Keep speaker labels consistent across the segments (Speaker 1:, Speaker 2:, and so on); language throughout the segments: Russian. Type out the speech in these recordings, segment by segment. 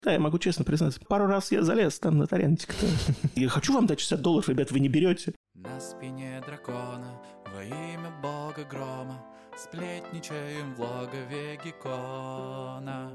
Speaker 1: Да, я могу честно признаться, пару раз я залез там на торрентик-то. Я хочу вам дать $60, ребят, вы не берете.
Speaker 2: На спине дракона во имя бога грома сплетничаем в логове Геккона.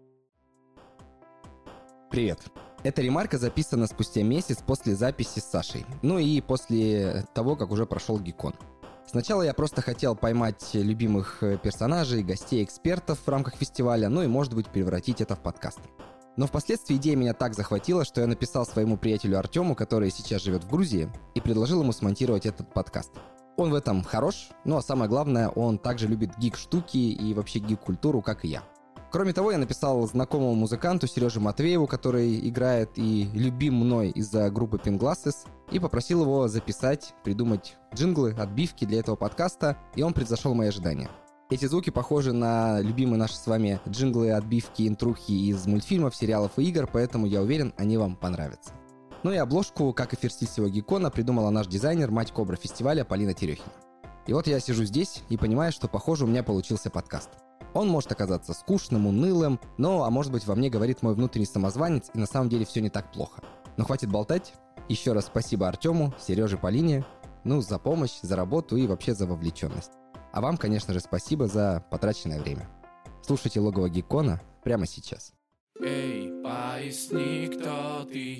Speaker 3: Привет. Эта ремарка записана спустя месяц после записи с Сашей. Ну и после того, как уже прошел Геккон. Сначала я просто хотел поймать любимых персонажей, гостей, экспертов в рамках фестиваля, ну и, может быть, превратить это в подкаст. Но впоследствии идея меня так захватила, что я написал своему приятелю Артему, который сейчас живет в Грузии, и предложил ему смонтировать этот подкаст. Он в этом хорош, ну а самое главное, он также любит гик-штуки и вообще гик-культуру, как и я. Кроме того, я написал знакомому музыканту Сереже Матвееву, который играет и любим мной из-за группы Pink Glasses, и попросил его записать, придумать джинглы, отбивки для этого подкаста, и он превзошел мои ожидания. Эти звуки похожи на любимые наши с вами джинглы, отбивки, интрухи из мультфильмов, сериалов и игр, поэтому я уверен, они вам понравятся. Ну и обложку, как и ферстиль всего Геккона, придумала наш дизайнер, мать Кобра фестиваля Полина Терехина. И вот я сижу здесь и понимаю, что, похоже, у меня получился подкаст. Он может оказаться скучным, унылым, но, а может быть, во мне говорит мой внутренний самозванец, и на самом деле все не так плохо. Но хватит болтать. Еще раз спасибо Артему, Сереже, Полине, за помощь, за работу и вообще за вовлеченность. А вам, конечно же, спасибо за потраченное время. Слушайте «Логово Геккона» прямо сейчас.
Speaker 2: Эй, поясни, кто ты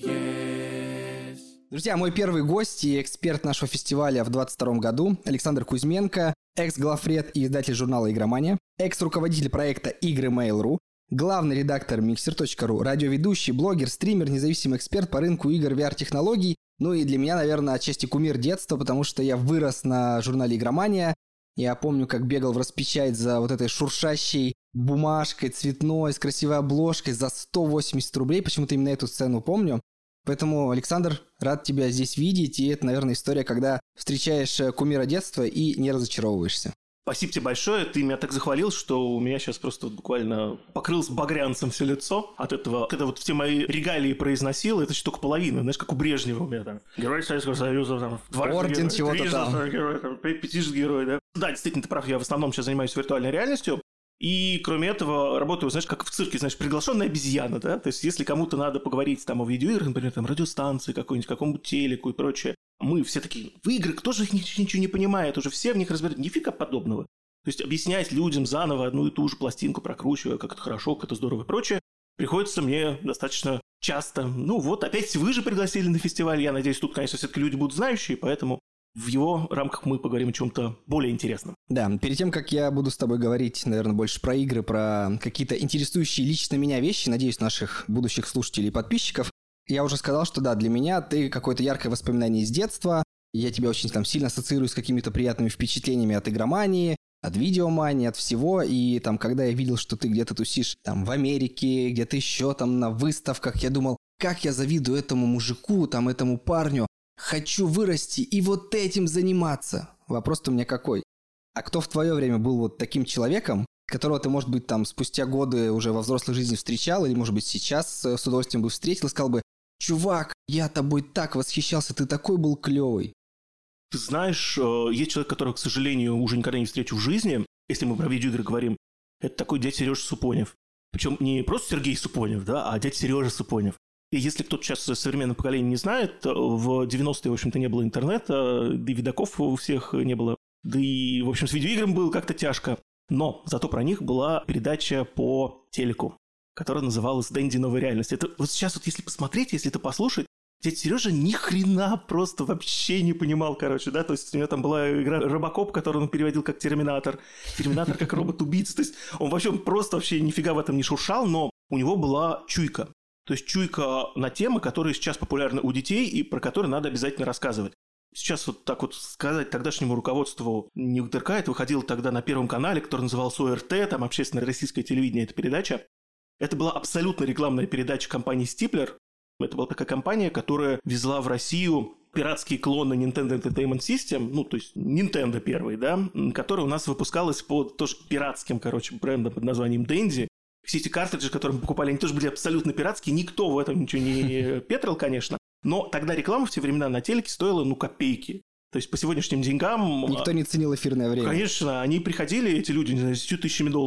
Speaker 2: есть.
Speaker 3: Друзья, мой первый гость и эксперт нашего фестиваля в 2022 году Александр Кузьменко, экс-главред и издатель журнала «Игромания», экс-руководитель проекта «Игры Mail.ru», главный редактор Mixer.ru, радиоведущий, блогер, стример, независимый эксперт по рынку игр VR-технологий. Ну и для меня, наверное, отчасти кумир детства, потому что я вырос на журнале «Игромания». Я помню, как бегал в распечать за вот этой шуршащей бумажкой цветной, с красивой обложкой за 180 рублей. Почему-то именно эту сцену помню. Поэтому, Александр, рад тебя здесь видеть. И это, наверное, история, когда встречаешь кумира детства и не разочаровываешься.
Speaker 1: Спасибо тебе большое. Ты меня так захвалил, что у меня сейчас просто буквально покрылось багрянцем все лицо от этого. Когда вот все мои регалии произносил, это еще только половина. Знаешь, как у Брежнева у меня там. Герой Советского Союза, там,
Speaker 3: орден чего-то там.
Speaker 1: Герой, там, пятижды герой, да. Да, действительно, ты прав. Я в основном сейчас занимаюсь виртуальной реальностью. И, кроме этого, работаю, знаешь, как в цирке, знаешь, приглашенная обезьяна, да? То есть, если кому-то надо поговорить там о видеоиграх, например, там, радиостанции какой-нибудь, какому-то телеку и прочее, мы все такие, в игры, кто же их ничего не понимает, уже все в них разбираются, нифига подобного. То есть, объяснять людям заново одну и ту же пластинку, прокручивая, как это хорошо, как это здорово и прочее, приходится мне достаточно часто. Ну вот, опять вы же пригласили на фестиваль, я надеюсь, тут, конечно, все-таки люди будут знающие, поэтому в его рамках мы поговорим о чем-то более интересном. Да, перед тем, как я буду с тобой говорить, наверное, больше про игры, про какие-то интересующие лично меня вещи, надеюсь, наших будущих слушателей и подписчиков, я уже сказал, что да, для меня ты какое-то яркое воспоминание из детства, я тебя очень там сильно ассоциирую с какими-то приятными впечатлениями от игромании, от видеомании, от всего, и там, когда я видел, что ты где-то тусишь там в Америке, где-то еще там на выставках, я думал, как я завидую этому мужику, там, этому парню, хочу вырасти и вот этим заниматься. Вопрос-то у меня какой? А кто в твое время был вот таким человеком, которого ты, может быть, там спустя годы уже во взрослой жизни встречал, или, может быть, сейчас с удовольствием бы встретил и сказал бы, чувак, я тобой так восхищался, ты такой был клевый. Ты знаешь, есть человек, которого, к сожалению, уже никогда не встречу в жизни, если мы про видеоигры говорим, это такой дядя Сережа Супонев. Причем не просто Сергей Супонев, да, а дядя Сережа Супонев. И если кто-то сейчас из современного поколения не знает, в 90-е, в общем-то, не было интернета, да и видаков у всех не было. Да и, в общем, с видеоиграми было как-то тяжко. Но зато про них была передача по телеку, которая называлась «Дэнди. Новая реальность». Это вот сейчас вот если посмотреть, если это послушать, дядя Сережа ни хрена просто вообще не понимал, короче, да, то есть у него там была игра Робокоп, которую он переводил как Терминатор как робот-убийца, то есть он вообще нифига в этом не шуршал, но у него была чуйка, то есть чуйка на темы, которые сейчас популярны у детей и про которые надо обязательно рассказывать. Сейчас вот так вот сказать тогдашнему руководству НИУК-ДРК, это выходило тогда на Первом канале, который назывался ОРТ, там общественное российское телевидение, эта передача. Это была абсолютно рекламная передача компании Стиплер. Это была такая компания, которая везла в Россию пиратские клоны Nintendo Entertainment System, ну, то есть Nintendo первый, да, которая у нас выпускалась под тоже пиратским, брендом под названием Dendy. Все эти картриджи, которые мы покупали, они тоже были абсолютно пиратские, никто в этом ничего не петрил, конечно, но тогда реклама в те времена на телеке стоила, копейки. То есть по сегодняшним деньгам...
Speaker 3: Никто не ценил эфирное время.
Speaker 1: Конечно, они приходили, эти люди, не знаю, с $10 000.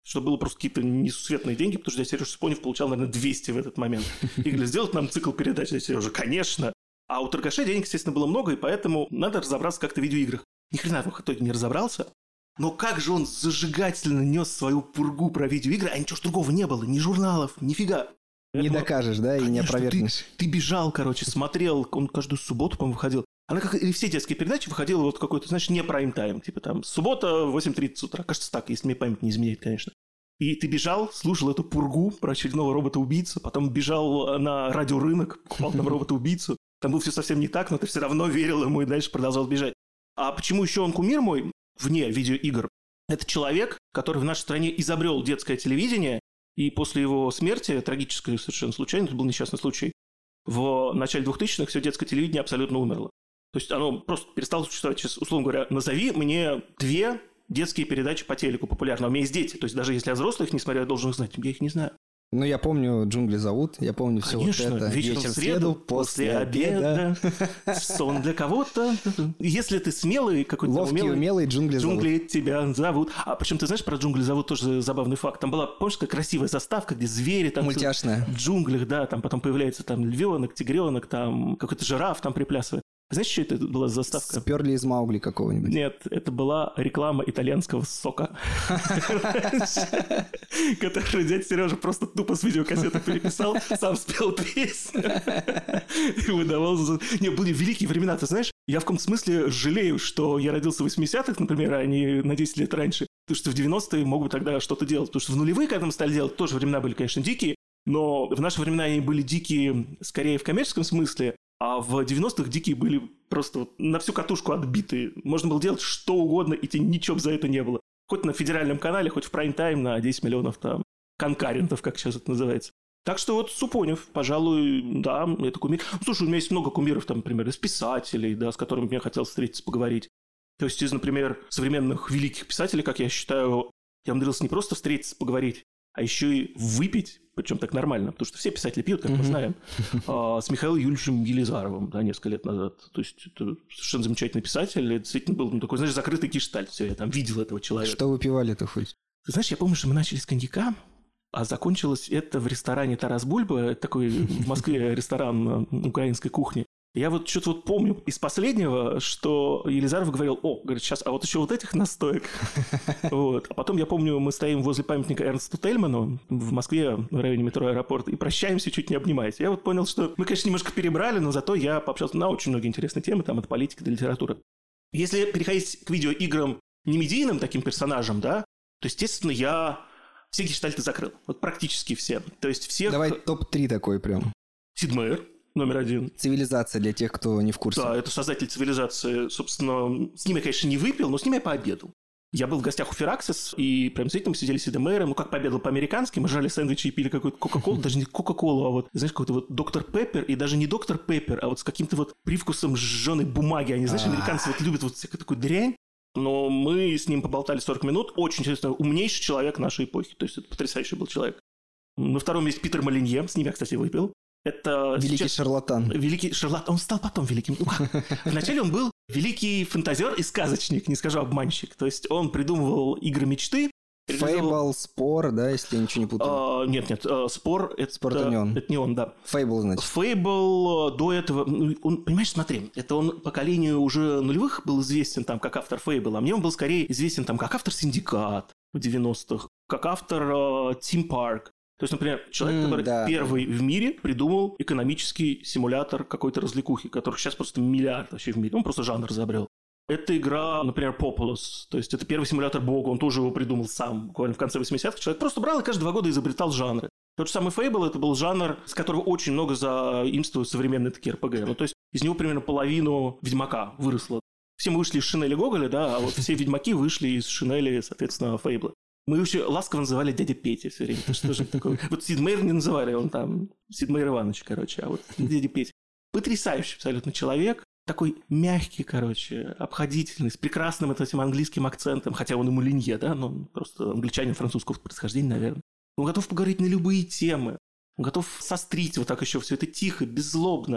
Speaker 1: что было просто какие-то несусветные деньги, потому что дядя Сережа Супонев получал, наверное, 200 в этот момент. И говорили, сделать нам цикл передач, дядя Сережа, конечно. А у торгашей денег, естественно, было много, и поэтому надо разобраться как-то в видеоиграх. Ни хрена в итоге не разобрался. Но как же он зажигательно нес свою пургу про видеоигры, а ничего ж другого не было, ни журналов, нифига.
Speaker 3: Не докажешь, да, и не опровергнешь.
Speaker 1: Ты бежал, короче, смотрел, он каждую субботу, по-моему, выходил. Она, как и все детские передачи, выходила вот какой-то, знаешь, не прайм-тайм, типа там суббота, 8:30 утра. Кажется, так, если мне память не изменяет, конечно. И ты бежал, слушал эту пургу про очередного робота-убийцу, потом бежал на радиорынок, покупал там робота-убийцу. Там было все совсем не так, но ты все равно верил ему и дальше продолжал бежать. А почему еще он кумир мой, вне видеоигр? Это человек, который в нашей стране изобрел детское телевидение, и после его смерти, трагической совершенно случайно, это был несчастный случай, в начале 2000-х все детское телевидение абсолютно умерло. То есть оно просто перестало существовать. Сейчас, условно говоря, назови мне 2 детские передачи по телеку популярные. У меня есть дети, то есть даже если я взрослый их не смотрю, я должен их знать. Я их не знаю.
Speaker 3: Ну, я помню «Джунгли зовут», я помню все вот это.
Speaker 1: Вечером в среду, после обеда, сон для кого-то. Если ты смелый, какой-то
Speaker 3: ловкий, умелый, «Джунгли зовут».
Speaker 1: Джунгли тебя зовут. А причем ты знаешь, про «Джунгли зовут» тоже забавный факт. Там была, помнишь, какая красивая заставка, где звери там...
Speaker 3: Мультяшная.
Speaker 1: В джунглях, да, там потом появляется там львенок, тигренок, там какой-то жираф там приплясывает. Знаешь, что это была за заставка?
Speaker 3: Сперли из Маугли какого-нибудь.
Speaker 1: Нет, это была реклама итальянского сока. Который дядя Сережа просто тупо с видеокассеты переписал, сам спел песню и выдавал за... Не, были великие времена, ты знаешь? Я в каком-то смысле жалею, что я родился в 80-х, например, а не на 10 лет раньше. Потому что в 90-е мог бы тогда что-то делать. Потому что в нулевые, когда мы стали делать, тоже времена были, конечно, дикие, но в наши времена они были дикие скорее в коммерческом смысле, а в 90-х дикие были просто вот на всю катушку отбитые. Можно было делать что угодно, и тебе ничего за это не было. Хоть на федеральном канале, хоть в прайм-тайм на 10 миллионов там конкурентов, как сейчас это называется. Так что вот Супонев, пожалуй, да, это кумир. Ну, слушай, у меня есть много кумиров, там, например, из писателей, да, с которыми мне хотелось встретиться, поговорить. То есть из, например, современных великих писателей, как я считаю, я умудрился не просто встретиться, поговорить, а еще и выпить, причем так нормально, потому что все писатели пьют, как мы знаем, с Михаилом Юльевичем Елизаровым, да, несколько лет назад. То есть это совершенно замечательный писатель, и действительно был такой, знаешь, закрытый гештальт, все, я там видел этого человека.
Speaker 3: Что выпивали-то хоть?
Speaker 1: Ты знаешь, я помню, что мы начали с коньяка, а закончилось это в ресторане «Тарас Бульба», это такой в Москве ресторан украинской кухни. Я вот что-то вот помню из последнего, что Елизаров говорил, говорит, сейчас, а вот еще вот этих настоек. Вот. А потом я помню, мы стоим возле памятника Эрнсту Тельману в Москве, в районе метро «Аэропорт», и прощаемся, чуть не обнимаясь. Я вот понял, что мы, конечно, немножко перебрали, но зато я пообщался на очень многие интересные темы, там, от политики до литературы. Если переходить к видеоиграм не медийным таким персонажам, да, то, естественно, я все гештальты закрыл. Вот практически все. То есть всех...
Speaker 3: Давай топ-3 такой прям.
Speaker 1: Сид Мейер. Номер 1.
Speaker 3: Цивилизация для тех, кто не в курсе.
Speaker 1: Да, это создатель цивилизации. Собственно, с ним я, конечно, не выпил, но с ним я пообедал. Я был в гостях у Фераксис, и прям с этим сидели с Сидом Мейером. Ну, как пообедал по-американски, мы жрали сэндвичи и пили какую-то Кока-Колу. Даже не Кока-Колу, а вот, знаешь, какой-то вот Доктор Пеппер. И даже не Доктор Пеппер, а вот с каким-то вот привкусом сжженной бумаги. Они, знаешь, американцы вот любят вот всякую такую дрянь. Но мы с ним поболтали 40 минут. Очень интересно, умнейший человек нашей эпохи. То есть это потрясающий был человек. На втором месте Питер Молинье. С ним я, кстати, выпил. Это
Speaker 3: великий шарлатан.
Speaker 1: Великий шарлатан. Он стал потом великим. Вначале он был великий фантазер и сказочник, не скажу обманщик. То есть он придумывал игры мечты.
Speaker 3: Фейбл, Спор, да, если я ничего не путаю.
Speaker 1: Нет, Спор это не он, да.
Speaker 3: Фейбл, значит.
Speaker 1: Фейбл до этого... Он, понимаешь, смотри, это он поколению уже нулевых был известен там как автор Фейбла, а мне он был скорее известен там как автор Синдикат в 90-х, как автор Тим Парк. То есть, например, человек, который первый в мире придумал экономический симулятор какой-то развлекухи, которых сейчас просто миллиард вообще в мире. Он просто жанр изобрел. Это игра, например, Populous. То есть, это первый симулятор бога, он тоже его придумал сам, буквально в конце 80-х. Человек просто брал и каждые 2 года изобретал жанры. Тот же самый Fable, это был жанр, с которого очень много заимствуют современные такие RPG. Ну, то есть, из него примерно половину Ведьмака выросло. Все мы вышли из Шинели Гоголя, да, а вот все Ведьмаки вышли из Шинели, соответственно, Фейбла. Мы вообще ласково называли дядя Петя все время. Что же такое? Вот Сид Мейер не называли, он там Сид Мейер Иванович, короче, а вот дядя Петя. Потрясающий абсолютно человек. Такой мягкий, короче, обходительный, с прекрасным этим английским акцентом, хотя он и Молинье, да, но он просто англичанин французского происхождения, наверное. Он готов поговорить на любые темы. Он готов сострить вот так еще все это тихо, беззлобно.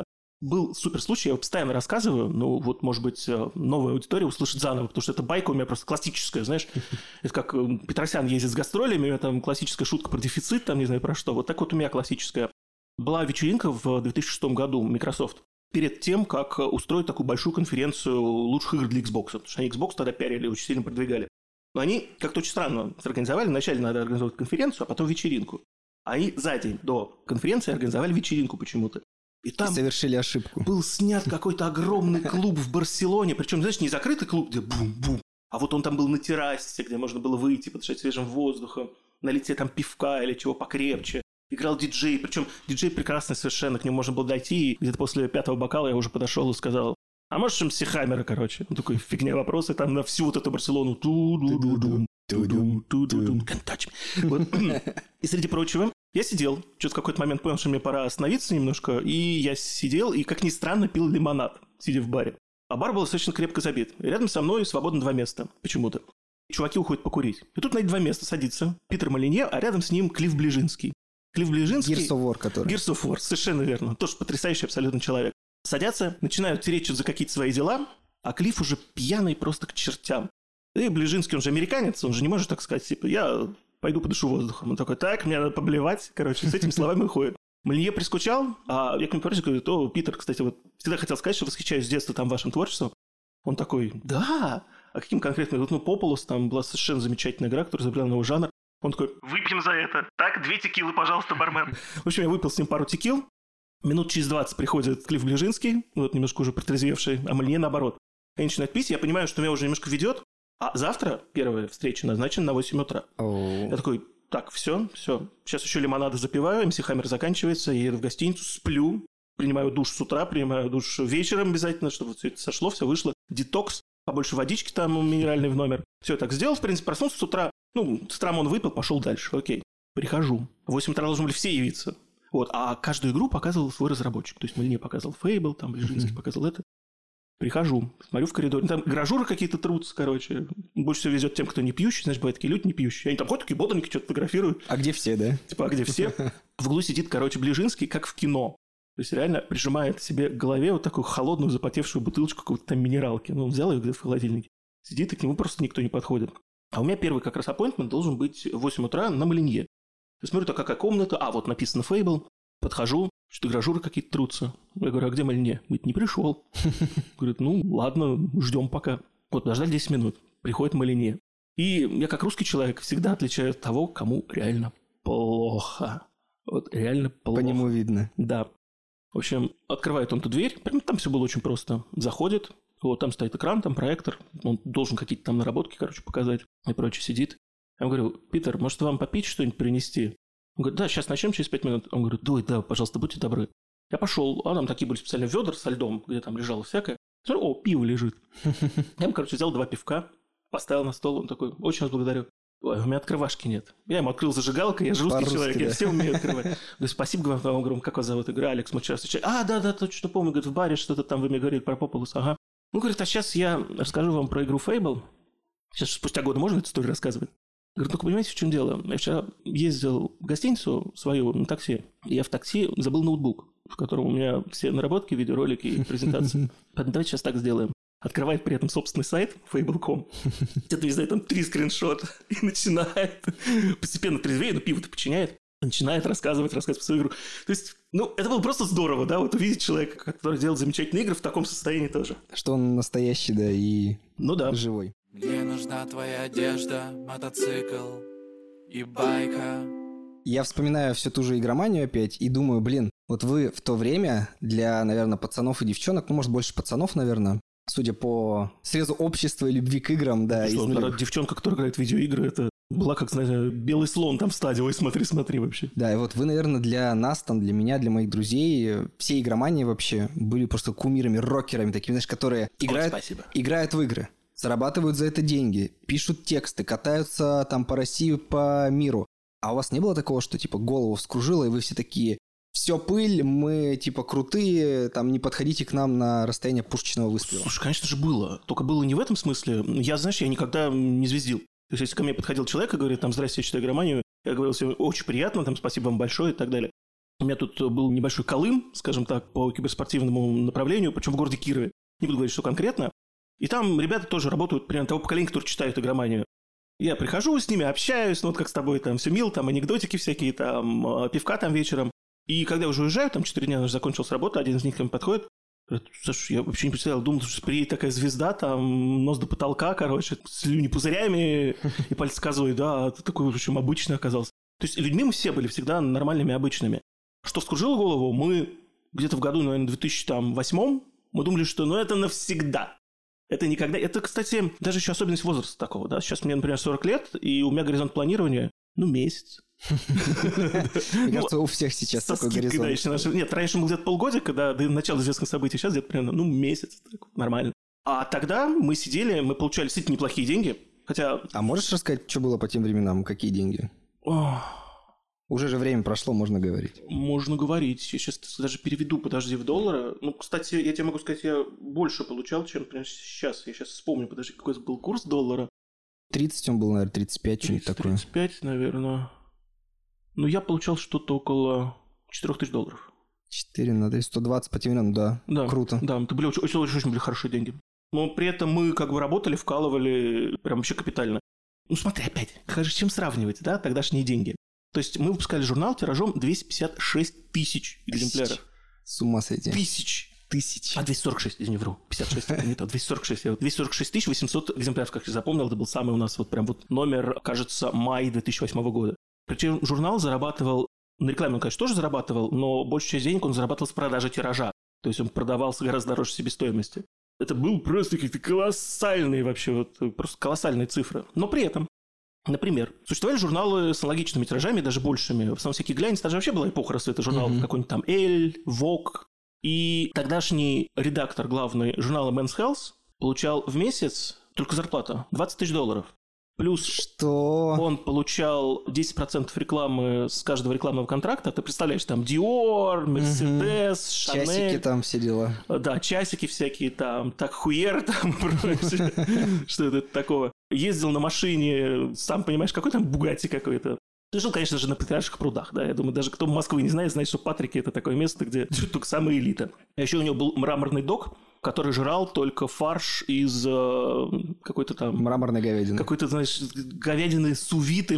Speaker 1: был супер случай, я его постоянно рассказываю, ну вот, может быть, новая аудитория услышит заново, потому что эта байка у меня просто классическая, знаешь, это как Петросян ездит с гастролями, у меня там классическая шутка про дефицит, там не знаю про что, вот так вот у меня классическая. Была вечеринка в 2006 году Microsoft, перед тем, как устроить такую большую конференцию лучших игр для Xbox, потому что они Xbox тогда пиарили, очень сильно продвигали. Но они как-то очень странно организовали, вначале надо организовать конференцию, а потом вечеринку. Они за день до конференции организовали вечеринку почему-то. И там
Speaker 3: совершили ошибку.
Speaker 1: Был снят какой-то огромный клуб в Барселоне. Причем, знаешь, не закрытый клуб, где бум-бум, а вот он там был на террасе, где можно было выйти, подышать свежим воздухом, налить себе там пивка или чего покрепче. Играл диджей. Причем диджей прекрасный совершенно, к нему можно было дойти. И где-то после 5-го бокала я уже подошел и сказал: а можешь МС Хаммера, короче? Он такой, фигня вопросы, там на всю вот эту Барселону. Ту-ду-ду-дум, ту-ду-ду-дум, can't touch me. Вот. И среди прочего, я сидел, что-то в какой-то момент понял, что мне пора остановиться немножко, и я сидел и, как ни странно, пил лимонад, сидя в баре. А бар был достаточно крепко забит. И рядом со мной свободно 2 места, почему-то. Чуваки уходят покурить. И тут на эти 2 места садится Питер Молинье, а рядом с ним Клифф Ближинский. Клифф Ближинский...
Speaker 3: Gears of War, который.
Speaker 1: Gears of War, совершенно верно. Тоже потрясающий абсолютно человек. Садятся, начинают тереть что-то за какие-то свои дела, а Клифф уже пьяный просто к чертям. И Ближинский, он же американец, он же не может так сказать, типа, я пойду подышу воздухом. Он такой, так, мне надо поблевать. Короче, с этими словами уходит. Молинье прискучал, а я к нему повернусь и говорю: о, Питер, кстати, вот всегда хотел сказать, что восхищаюсь с детства там вашим творчеством. Он такой, да, а каким конкретно? Вот, ну, Популус, там была совершенно замечательная игра, которая изобрела новый жанр. Он такой, выпьем за это. Так, 2 текилы, пожалуйста, бармен. В общем, я выпил с ним пару текил. Минут через 20 приходит Клифф Ближинский, вот немножко уже протрезвевший, а Молинье наоборот. Я начинаю пить, я понимаю, что меня уже немножко ведет, а завтра первая встреча назначена на 8 утра. Я такой, так, все. Сейчас еще лимонада запиваю, МС Хаммер заканчивается, я еду в гостиницу, сплю, принимаю душ с утра, принимаю душ вечером обязательно, чтобы все это сошло, все вышло. Детокс, побольше водички там минеральной в номер. Все так сделал, в принципе, проснулся с утра. Ну, с утра он выпил, пошел дальше, окей. Прихожу. В 8 утра должны были все явиться. Вот, а каждую игру показывал свой разработчик. То есть Молинье показывал Fable, там Ближинский показывал это. Прихожу, смотрю в коридоре, там гражуры какие-то трутся, короче. Больше всего везет тем, кто не пьющий, значит, бывают такие люди не пьющие. Они там ходят, такие бодренькие, что-то фотографируют.
Speaker 3: А где все, да?
Speaker 1: Типа, а где все? В углу сидит, короче, Ближинский, как в кино. То есть реально прижимает себе к голове вот такую холодную запотевшую бутылочку какой-то там минералки. Ну, он взял ее где-то в холодильнике. Сидит, и к нему просто никто не подходит. А у меня первый как раз аппоинтмент должен быть в 8 утра на Молинье. Я смотрю, так какая комната, а вот написано Fable. Подхожу, что гражуры какие-то трутся. Я говорю, а где Молинье? Говорит, не пришел. Говорит, ну ладно, ждем пока. Вот подождали 10 минут. Приходит Молинье. И я как русский человек всегда отличаю от того, кому реально плохо. Вот реально плохо.
Speaker 3: По нему видно.
Speaker 1: Да. В общем, открывает он ту дверь. Прям там все было очень просто. Заходит. Вот там стоит экран, там проектор. Он должен какие-то там наработки, короче, показать. И прочее сидит. Я говорю, Питер, может вам попить что-нибудь принести? Он говорит, да, сейчас начнем через 5 минут. Он говорит, да, пожалуйста, будьте добры. Я пошел, а там такие были специальные ведра со льдом, где там лежало всякое. Смотрю, о, пиво лежит. Я ему, короче, взял 2 пивка, поставил на стол. Он такой, очень вас благодарю. Ой, у меня открывашки нет. Я ему открыл зажигалкой, я же русский человек, я все умею открывать. Говорю, спасибо вам, говорю, как вас зовут? Я говорю, Алекс, мы вчера встречались. А, да, точно помню, говорит, в баре что-то там вы мне говорили про Популус, ага. Ну, говорит, а сейчас я расскажу вам про игру Fable. Сейчас спустя годы можно эту историю рассказывать? Говорит, ну-ка, понимаете, в чем дело? Я вчера ездил в гостиницу свою на такси, и я в такси забыл ноутбук, в котором у меня все наработки, видеоролики и презентации. Давайте сейчас так сделаем. Открывает при этом собственный сайт Fable.com. Где-то, не знаю, там 3 скриншота. И начинает постепенно трезвее, но пиво-то подчиняет. Начинает рассказывать про свою игру. То есть, ну, это было просто здорово, да, вот увидеть человека, который делает замечательные игры в таком состоянии тоже.
Speaker 3: Что он настоящий, да, и
Speaker 1: ну, да.
Speaker 3: живой.
Speaker 2: Мне нужна твоя одежда, мотоцикл и байка.
Speaker 3: Я вспоминаю всю ту же игроманию опять и думаю, блин, вот вы в то время для, наверное, пацанов и девчонок, ну, может, больше пацанов, наверное, судя по срезу общества и любви к играм, да.
Speaker 1: Что, девчонка, которая играет в видеоигры, это была, как, знаете, белый слон там в стадии. Ой, смотри вообще.
Speaker 3: Да, и вот вы, наверное, для нас, там, для меня, для моих друзей, все игромании вообще были просто кумирами, рокерами, такими, знаешь, которые играют в игры, зарабатывают за это деньги, пишут тексты, катаются там по России, по миру. А у вас не было такого, что, типа, голову вскружило, и вы все такие... Все пыль, мы типа крутые, там не подходите к нам на расстояние пушечного выстрела.
Speaker 1: Слушай, конечно же было. Только было не в этом смысле. Я, знаешь, я никогда не звездил. То есть, если ко мне подходил человек и говорит, там, здрасте, я читаю игроманию, я говорил себе, очень приятно, там, спасибо вам большое и так далее. У меня тут был небольшой колым, скажем так, по киберспортивному направлению, причем в городе Кирове. Не буду говорить, что конкретно. И там ребята тоже работают примерно того поколения, которые читают игроманию. Я прихожу с ними, общаюсь, ну вот как с тобой, там все мил, там анекдотики всякие, там пивка там вечером. И когда я уже уезжаю, там 4 дня закончилась работа, один из них ко мне подходит, говорит: Саша, я вообще не представлял, думал, что приедет такая звезда, там нос до потолка, короче, слюни пузырями, и пальцы сказывают, да, ты такой, в общем, обычный оказался. То есть людьми мы все были всегда нормальными, обычными. Что вскружило голову, мы где-то в году, наверное, 2008 мы думали, что ну это навсегда. Это никогда... Это, кстати, даже еще особенность возраста такого, да? Сейчас мне, например, 40 лет, и у меня горизонт планирования, ну, месяц.
Speaker 3: Мне кажется, у всех сейчас такой горизонт.
Speaker 1: Нет, раньше был где-то полгодика, до начала известных событий, сейчас где-то примерно, ну, месяц, нормально. А тогда мы сидели, мы получали действительно неплохие деньги, хотя...
Speaker 3: А можешь рассказать, что было по тем временам, какие деньги? Уже же время прошло, можно говорить.
Speaker 1: Можно говорить. Я сейчас даже переведу, подожди, в доллары. Ну, кстати, я тебе могу сказать, я больше получал, чем, например, сейчас. Я сейчас вспомню, подожди, какой был курс доллара.
Speaker 3: 30 он был, наверное, 35, что-нибудь такое.
Speaker 1: 35, наверное. Ну, я получал что-то около $4000.
Speaker 3: 4 на 3, 120 по тем временам, да. Да. Круто.
Speaker 1: Да, это были очень были хорошие деньги. Но при этом мы как бы работали, вкалывали прям вообще капитально. Ну, смотри, опять, с чем сравнивать, да, тогдашние деньги. То есть мы выпускали журнал тиражом 256 тысяч экземпляров.
Speaker 3: С ума сойти.
Speaker 1: Тысяч. 246, извини, вру. 56, это не то. 246 800 экземпляров, как я запомнил. Это был самый у нас вот прям вот номер, кажется, май 2008 года. Причем журнал зарабатывал, на рекламе он, конечно, тоже зарабатывал, но большую часть денег он зарабатывал с продажи тиража. То есть он продавался гораздо дороже себестоимости. Это был просто какие-то колоссальные вообще, вот просто колоссальные цифры. Но при этом, например, существовали журналы с аналогичными тиражами, даже большими. В основном всякие глянец, даже вообще была эпоха расцвета журналов, какой-нибудь там Elle, Vogue. И тогдашний редактор главный журнала Men's Health получал в месяц только зарплата $20 000. Плюс
Speaker 3: что?
Speaker 1: Он получал 10% рекламы с каждого рекламного контракта. Ты представляешь, там Dior, Mercedes, Chanel.
Speaker 3: Часики там, все дела.
Speaker 1: Да, часики всякие там, так хуер там и прочее. Что это такого? Ездил на машине, сам понимаешь, какой там Бугатти какой-то. Ты жил, конечно же, на Патриарших прудах, да, я думаю, даже кто Москвы не знает, знает, что Патрики – это такое место, где живет только самая элита. А еще у него был мраморный дог, который жрал только фарш из какой-то там...
Speaker 3: Мраморной говядины.
Speaker 1: Какой-то, знаешь, говядины сувиты.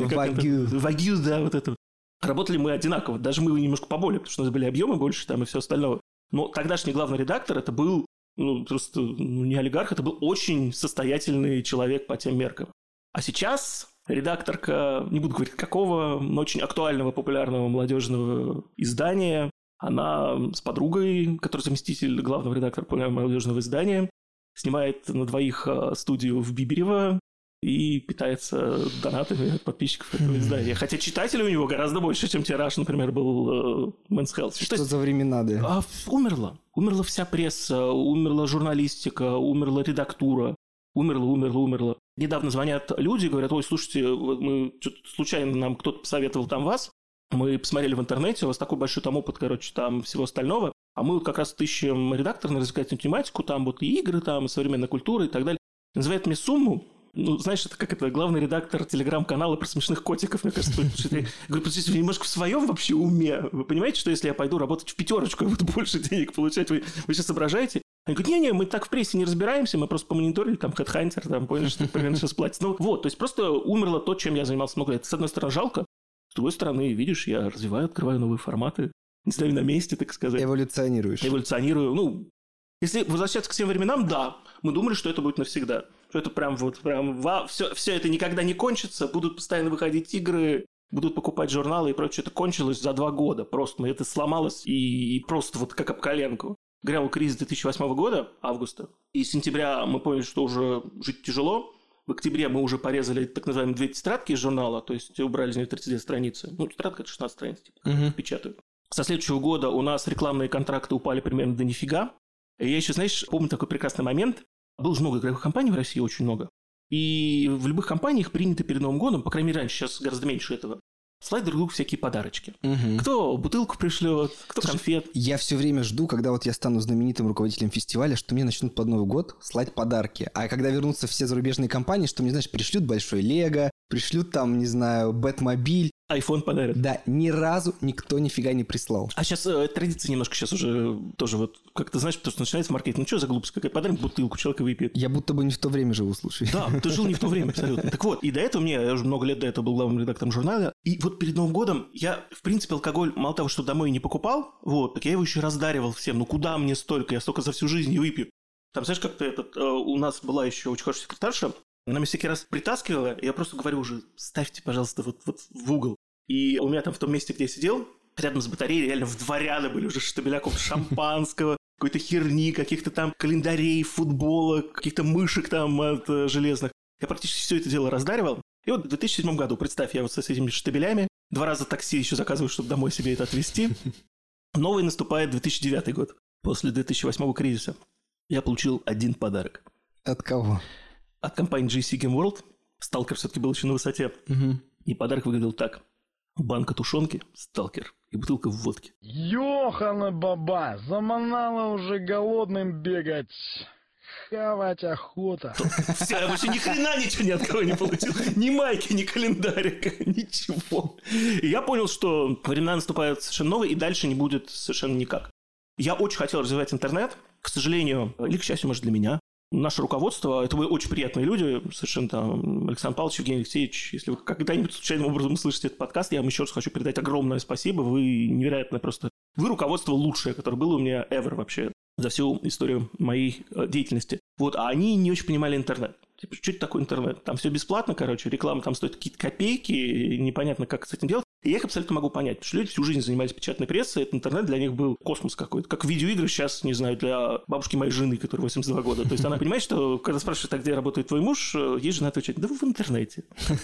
Speaker 1: Вагю, да, вот это. Работали мы одинаково, даже мы немножко поболее, потому что у нас были объемы больше там и все остальное. Но тогдашний главный редактор, это был, ну, просто не олигарх, это был очень состоятельный человек по тем меркам. А сейчас... Редакторка, не буду говорить какого, но очень актуального, популярного молодежного издания. Она с подругой, которая заместитель главного редактора популярного молодежного издания, снимает на двоих студию в Биберево и питается донатами от подписчиков этого издания. Хотя читателей у него гораздо больше, чем тираж, например, был Men's Health.
Speaker 3: Что за времена, да?
Speaker 1: Умерла. Умерла вся пресса, умерла журналистика, умерла редактура. Умерло. Недавно звонят люди и говорят: ой, слушайте, мы случайно нам кто-то посоветовал там вас, мы посмотрели в интернете, у вас такой большой там опыт, короче, там всего остального, а мы вот как раз ищем редактора на развлекательную тематику, там вот и игры, там и современная культура и так далее. Называет мне сумму, ну, знаешь, это как это, главный редактор телеграм-канала про смешных котиков, мне кажется. Я говорю: подождите, вы немножко в своем вообще уме? Вы понимаете, что если я пойду работать в пятерочку, я буду больше денег получать? Вы сейчас соображаете? Они говорят: не-не, мы так в прессе не разбираемся, мы просто помониторили, там, HeadHunter, там, поняли, что примерно сейчас платят. Ну, вот, то есть просто умерло то, чем я занимался много лет. С одной стороны, жалко, с другой стороны, видишь, я развиваю, открываю новые форматы, не стою на месте, так сказать. Эволюционирую. Ну, если возвращаться к тем временам, да, мы думали, что это будет навсегда. Что это прям все это никогда не кончится, будут постоянно выходить игры, будут покупать журналы и прочее. Это кончилось за 2 года. Просто это сломалось и просто вот как об коленку. Грянул кризис 2008 года, августа, и с сентября мы поняли, что уже жить тяжело. В октябре мы уже порезали так называемые 2 тетрадки из журнала, то есть убрали из нее 32 страницы. Ну, тетрадка – это 16 страниц, типа, печатают. Со следующего года у нас рекламные контракты упали примерно до нифига. И я еще, знаешь, помню такой прекрасный момент. Было же много игровых компаний в России, очень много. И в любых компаниях принято перед Новым годом, по крайней мере, раньше, сейчас гораздо меньше этого, слать друг другу всякие подарочки. Кто бутылку пришлет, кто конфет.
Speaker 3: Я все время жду, когда вот я стану знаменитым руководителем фестиваля, что мне начнут под Новый год слать подарки. А когда вернутся все зарубежные компании, что мне, знаешь, пришлют большой Лего, пришлют там, не знаю, Бэтмобиль.
Speaker 1: Айфон подарят.
Speaker 3: Да, ни разу никто нифига не прислал.
Speaker 1: А сейчас традиция немножко сейчас уже тоже вот, как ты знаешь, потому что начинается маркетинг. Ну что за глупость какая? Подарим бутылку, человек выпьет.
Speaker 3: Я будто бы не в то время живу, слушай.
Speaker 1: Да, ты жил не в то время абсолютно. Так вот, и до этого я уже много лет до этого был главным редактором журнала, и вот перед Новым годом я, в принципе, алкоголь мало того, что домой не покупал, вот, так я его еще раздаривал всем. Ну куда мне столько? Я столько за всю жизнь не выпью. Там, знаешь, как-то у нас была еще очень хорошая секретарша, она меня всякий раз притаскивала, и я просто говорю уже, ставьте, пожалуйста, вот в угол. И у меня там в том месте, где я сидел, рядом с батареей реально в 2 ряда были уже штабеля какого-то шампанского, какой-то херни, каких-то там календарей, футболок, каких-то мышек там от железных. Я практически все это дело раздаривал. И вот в 2007 году, представь, я вот с этими штабелями, 2 раза такси еще заказываю, чтобы домой себе это отвезти. Новый наступает 2009 год. После 2008 кризиса я получил один подарок.
Speaker 3: От кого?
Speaker 1: От компании GC Game World. Сталкер все-таки был еще на высоте.
Speaker 3: Угу.
Speaker 1: И подарок выглядел так. Банка тушенки, сталкер и бутылка водки.
Speaker 4: Ёхана баба, заманала уже голодным бегать. Хавать охота.
Speaker 1: Все, я больше ни хрена ничего ни от кого не получил. Ни майки, ни календарика, ничего. И я понял, что времена наступают совершенно новые, и дальше не будет совершенно никак. Я очень хотел развивать интернет. К сожалению, или к счастью, может, для меня, наше руководство, это были очень приятные люди, совершенно там, Александр Павлович, Евгений Алексеевич, если вы когда-нибудь случайным образом услышите этот подкаст, я вам еще раз хочу передать огромное спасибо, вы невероятно просто, вы руководство лучшее, которое было у меня ever вообще за всю историю моей деятельности. Вот, а они не очень понимали интернет. Типа, что это такое интернет? Там все бесплатно, короче, реклама там стоит какие-то копейки, непонятно, как с этим делать. И я их абсолютно могу понять, потому что люди всю жизнь занимались печатной прессой, этот интернет для них был космос какой-то. Как видеоигры сейчас, не знаю, для бабушки моей жены, которой 82 года. То есть она понимает, что когда спрашивают, а где работает твой муж, ей жена отвечает, да вы в интернете.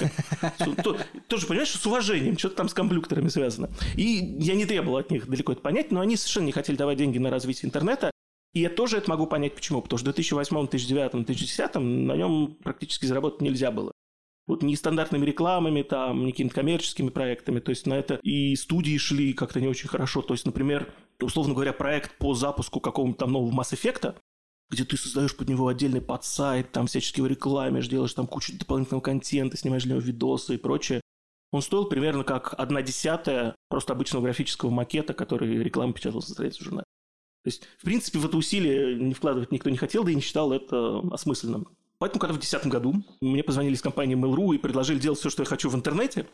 Speaker 1: Тоже понимаешь, что с уважением, что-то там с компьютерами связано. И я не требовал от них далеко это понять, но они совершенно не хотели давать деньги на развитие интернета. И я тоже это могу понять, почему. Потому что в 2008, 2009, 2010 на нем практически заработать нельзя было. Вот ни стандартными рекламами, там, ни какими-то коммерческими проектами. То есть на это и студии шли как-то не очень хорошо. То есть, например, условно говоря, проект по запуску какого-то там нового Mass Effect, где ты создаешь под него отдельный подсайт, там всячески его рекламишь, делаешь там кучу дополнительного контента, снимаешь для него видосы и прочее. Он стоил примерно как 1/10 просто обычного графического макета, который реклама печаталась на странице журнала. То есть, в принципе, в это усилие не вкладывать никто не хотел, да и не считал это осмысленным. Поэтому, когда в 2010 году мне позвонили из компании Mail.ru и предложили делать все, что я хочу в интернете,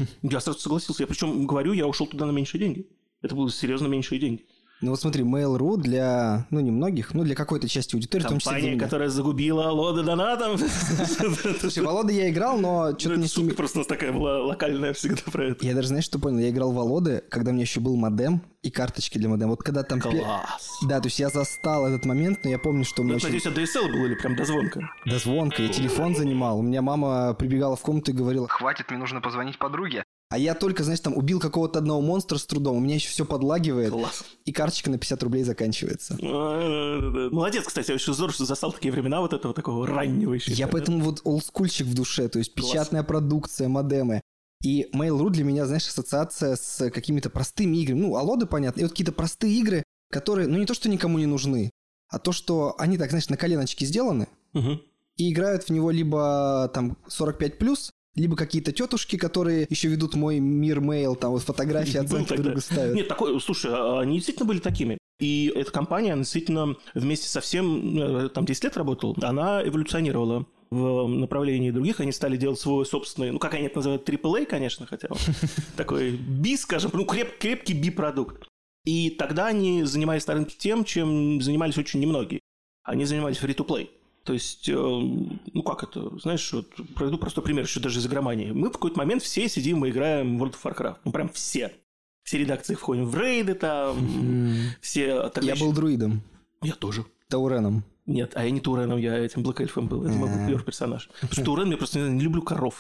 Speaker 1: я сразу согласился. Я причем говорю, я ушел туда на меньшие деньги. Это были серьезно меньшие деньги.
Speaker 3: Ну вот смотри, Mail.ru для, ну не многих, но для какой-то части аудитории, в том числе
Speaker 1: компания, которая загубила Волода донатом.
Speaker 3: Слушай, Волода я играл, но что-то не
Speaker 1: шутка просто у нас такая была локальная всегда про это.
Speaker 3: Я даже, знаешь, что понял? Я играл в Володы, когда у меня еще был модем и карточки для модема. Вот когда там...
Speaker 1: Класс.
Speaker 3: Да, то есть я застал этот момент, но я помню, что у меня...
Speaker 1: Надеюсь, DSL был или прям дозвонка?
Speaker 3: Дозвонка, я телефон занимал. У меня мама прибегала в комнату и говорила, хватит, мне нужно позвонить подруге. А я только, знаешь, там убил какого-то одного монстра с трудом, у меня еще все подлагивает.
Speaker 1: Класс.
Speaker 3: И карточка на 50 рублей заканчивается.
Speaker 1: Молодец, кстати, очень здорово, что застал такие времена вот этого такого раннего еще.
Speaker 3: Я поэтому вот олдскульчик в душе, то есть печатная продукция, модемы. И Mail.ru для меня, знаешь, ассоциация с какими-то простыми играми. Ну, Алоды, понятно. И вот какие-то простые игры, которые, ну, не то, что никому не нужны, а то, что они так, знаешь, на коленочке сделаны, и играют в него либо там 45+, либо какие-то тетушки, которые еще ведут мой мир мейл, там вот фотографии оценки друга ставят.
Speaker 1: Нет, такой, слушай, они действительно были такими. И эта компания, она действительно вместе со всем, там 10 лет работала, она эволюционировала в направлении других. Они стали делать свой собственный, ну, как они это называют, AAA, конечно, хотя такой би, скажем, ну, крепкий би-продукт. И тогда они занимались на рынке тем, чем занимались очень немногие. Они занимались free-to-play. То есть, ну как это, знаешь, вот проведу простой пример еще даже из игромании. Мы в какой-то момент все сидим и играем в World of Warcraft. Ну прям все. Все редакции входим в рейды там, все...
Speaker 3: Я был друидом.
Speaker 1: Я тоже.
Speaker 3: Тауреном.
Speaker 1: Нет, а я не Тауреном, я этим Black Elf'ом был. Это мой первый персонаж. Потому что Таурен, я просто не люблю коров.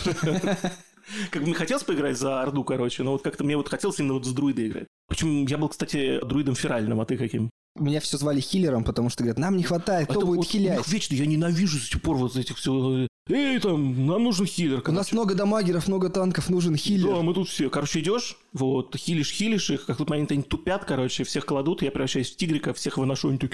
Speaker 1: Как бы мне хотелось поиграть за Орду, короче, но вот как-то мне вот хотелось именно вот с друидой играть. Причем я был, кстати, друидом феральным, а ты каким?
Speaker 3: Меня все звали хиллером, потому что говорят, нам не хватает, кто будет хилять?
Speaker 1: Вечно, я ненавижу с тех пор вот этих все. Эй, там, нам нужен хиллер.
Speaker 3: У нас много дамагеров, много танков, нужен хиллер.
Speaker 1: Да, мы тут все. Короче, идешь, вот, хилишь их, как тут момент они тупят, короче, всех кладут, я превращаюсь в тигрика, всех выношу, они такие.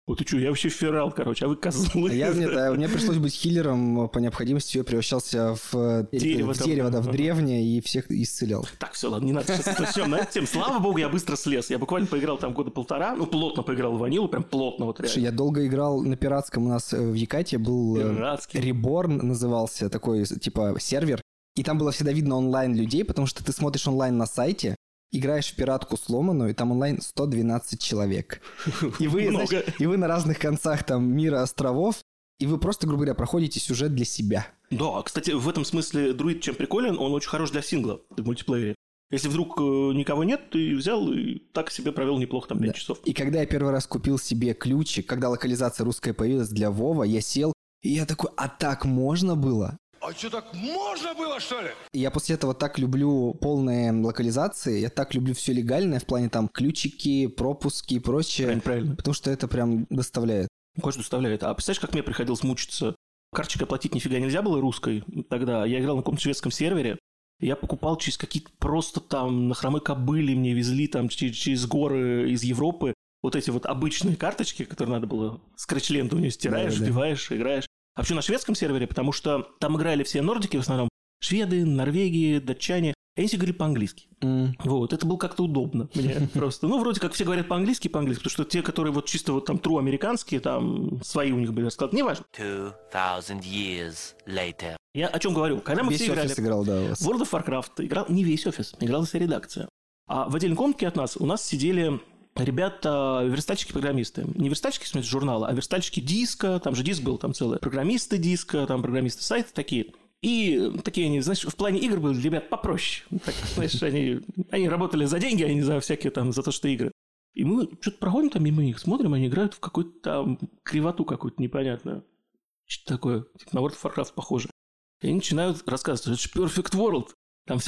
Speaker 1: Вот и что, я вообще ферал, короче, а вы козлы.
Speaker 3: Мне пришлось быть хиллером, по необходимости я превращался в дерево, в древнее и всех исцелял.
Speaker 1: Так, все, ладно, не надо сейчас начнем на эту тему. Слава богу, я быстро слез. Я буквально поиграл там года полтора, плотно поиграл в ванилу, прям плотно вот реально.
Speaker 3: Слушай, я долго играл на пиратском, у нас в Якате был Reborn назывался, такой типа сервер, и там было всегда видно онлайн людей, потому что ты смотришь онлайн на сайте, играешь в пиратку сломанную, и там онлайн 112 человек. И вы, знаешь, на разных концах там мира островов, и вы просто, грубо говоря, проходите сюжет для себя.
Speaker 1: Да, кстати, в этом смысле Druid чем приколен, он очень хорош для сингла в мультиплеере. Если вдруг никого нет, ты взял и так себе провел неплохо там 5 часов.
Speaker 3: И когда я первый раз купил себе ключик, когда локализация русская появилась для Вова, я сел, и я такой, а так можно было?
Speaker 5: А что, так можно было, что ли?
Speaker 3: И я после этого так люблю полные локализации, я так люблю все легальное в плане там ключики, пропуски и прочее.
Speaker 1: Правильно.
Speaker 3: Потому что это прям доставляет.
Speaker 1: Конечно, доставляет. А представляешь, как мне приходилось мучиться? Карточкой оплатить нифига нельзя было русской тогда. Я играл на каком-то шведском сервере. Я покупал через какие-то просто там на хромой кобыле мне везли там через горы из Европы вот эти вот обычные карточки, которые надо было скретч-ленту у нее стираешь, вбиваешь, играешь. А почему на шведском сервере? Потому что там играли все нордики в основном. Шведы, Норвегии, датчане. И они все говорили по-английски. Вот, это было как-то удобно мне просто. Вроде как все говорят по-английски, потому что те, которые вот чисто вот там true американские, там свои у них были расклады, неважно.
Speaker 6: 2000 years later.
Speaker 1: Я о чем говорю? Когда мы
Speaker 3: весь
Speaker 1: все играли
Speaker 3: играл, да, у вас.
Speaker 1: World of Warcraft, играл не весь офис, играла вся редакция. А в отдельной комнатке от нас у нас сидели ребята, верстальщики-программисты. Не верстальщики, в смысле, журнала, а верстальщики диска. Там же диск был, там целые. Программисты диска, там программисты сайта такие. И такие они, знаешь, в плане игр были ребят попроще. Так, знаешь, они работали за деньги, а не за всякие там, за то, что игры. И мы что-то проходим там мимо них, смотрим, они играют в какую-то там кривоту какую-то непонятную. Что такое? Типа на World of Warcraft похоже. И они начинают рассказывать, что это же Perfect World. Там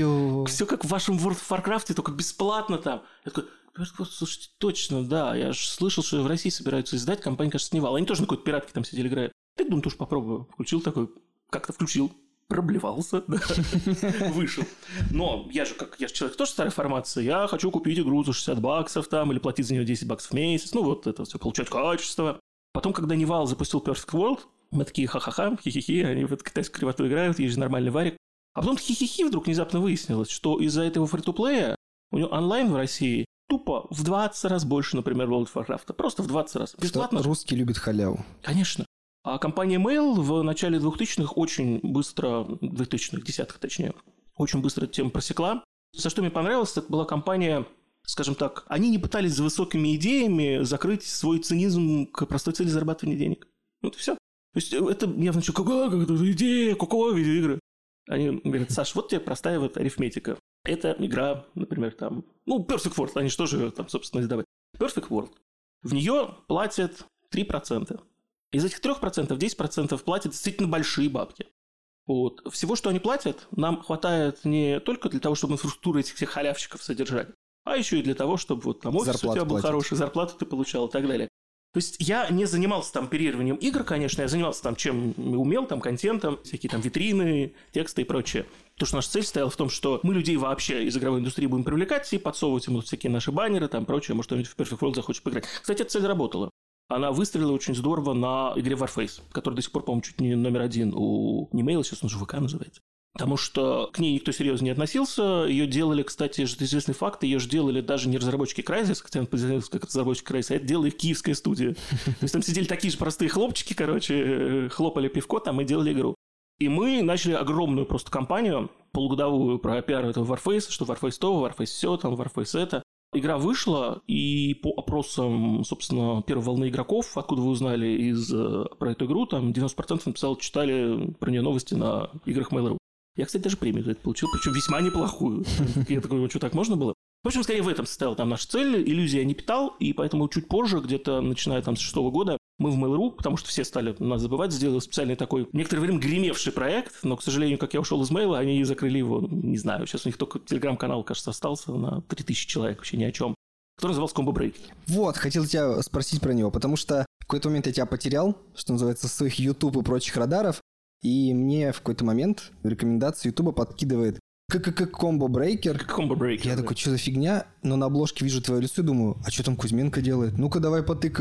Speaker 1: все как в вашем World of Warcraft, только бесплатно там. Я такой, слушайте, точно, да. Я же слышал, что в России собираются издать, компания, кажется, Невал. Они тоже на какой-то пиратке там сидели, играют. Я думаю, тоже попробую. Включил такой, как-то включил, проблевался, да, вышел. Но я же человек тоже старой формации, я хочу купить игру за $60 там, или платить за нее $10 в месяц, вот это все, получать качество. Потом, когда Невал запустил Perfect World, мы такие ха-ха-ха, хи-хи-хи, они в эту китайскую кривоту играют, есть же нормальный варик. А потом хи-хи-хи вдруг внезапно выяснилось, что из-за этого фри-то-плея у него онлайн в России тупо в 20 раз больше, например, World of Warcraft. Просто в 20 раз. Бесплатно.
Speaker 3: Что русские любят халяву.
Speaker 1: Конечно. А компания Mail в начале 2000-х очень быстро, 2000-х, десятых точнее, очень быстро эту тему просекла. За что мне понравилось, это была компания, скажем так, они не пытались за высокими идеями закрыть свой цинизм к простой цели зарабатывания денег. Вот и все. То есть это явно что, какая идея, какого видеоигры? Они говорят, Саш, вот тебе простая вот арифметика. Это игра, например, там, Perfect World, они же тоже там, собственно, издавали. Perfect World. В нее платят 3%. Из этих 3% 10% платят действительно большие бабки. Вот. Всего, что они платят, нам хватает не только для того, чтобы инфраструктуру этих всех халявщиков содержать, а еще и для того, чтобы вот там офис у тебя был хороший, зарплату ты получал и так далее. То есть я не занимался там оперированием игр, конечно, я занимался там чем умел, там контентом, всякие там витрины, тексты и прочее. Потому что наша цель стояла в том, что мы людей вообще из игровой индустрии будем привлекать и подсовывать им всякие наши баннеры, там прочее, может, кто-нибудь в Perfect World захочет поиграть. Кстати, эта цель работала. Она выстрелила очень здорово на игре Warface, которая до сих пор, по-моему, чуть не номер 1 у Немейла, сейчас он же ВК называется. Потому что к ней никто серьезно не относился. Ее делали, кстати, это известный факт, ее же делали даже не разработчики Crysis, хотя он позиционировался как разработчик Crysis, а это делала их киевская студия. То есть там сидели такие же простые хлопчики, хлопали пивко там и делали игру. И мы начали огромную просто кампанию, полугодовую про пиар этого Warface, что Warface то, Warface все, там Warface это. Игра вышла, и по опросам, собственно, первой волны игроков, откуда вы узнали про эту игру, там 90% написал, читали про нее новости на играх Mail.ru. Я, кстати, даже премию за это получил, причем весьма неплохую. Я такой, что так можно было? В общем, скорее в этом состояла там наша цель. Иллюзии я не питал, и поэтому чуть позже, где-то начиная там с 6-го года, мы в Mail.ru, потому что все стали нас забывать, сделали специальный такой, некоторое время гремевший проект, но, к сожалению, как я ушел из Mail, они закрыли его, не знаю, сейчас у них только телеграм-канал, кажется, остался на 3000 человек, вообще ни о чем, который назывался Combo Break.
Speaker 3: Вот, хотел тебя спросить про него, потому что в какой-то момент я тебя потерял, что называется, с своих YouTube и прочих радаров, и мне в какой-то момент в рекомендации YouTube подкидывает Combo Breaker.
Speaker 1: Combo Breaker.
Speaker 3: Я такой, что за фигня? Но на обложке вижу твое лицо и думаю, а что там Кузьменко делает? Ну-ка, давай потыкаю.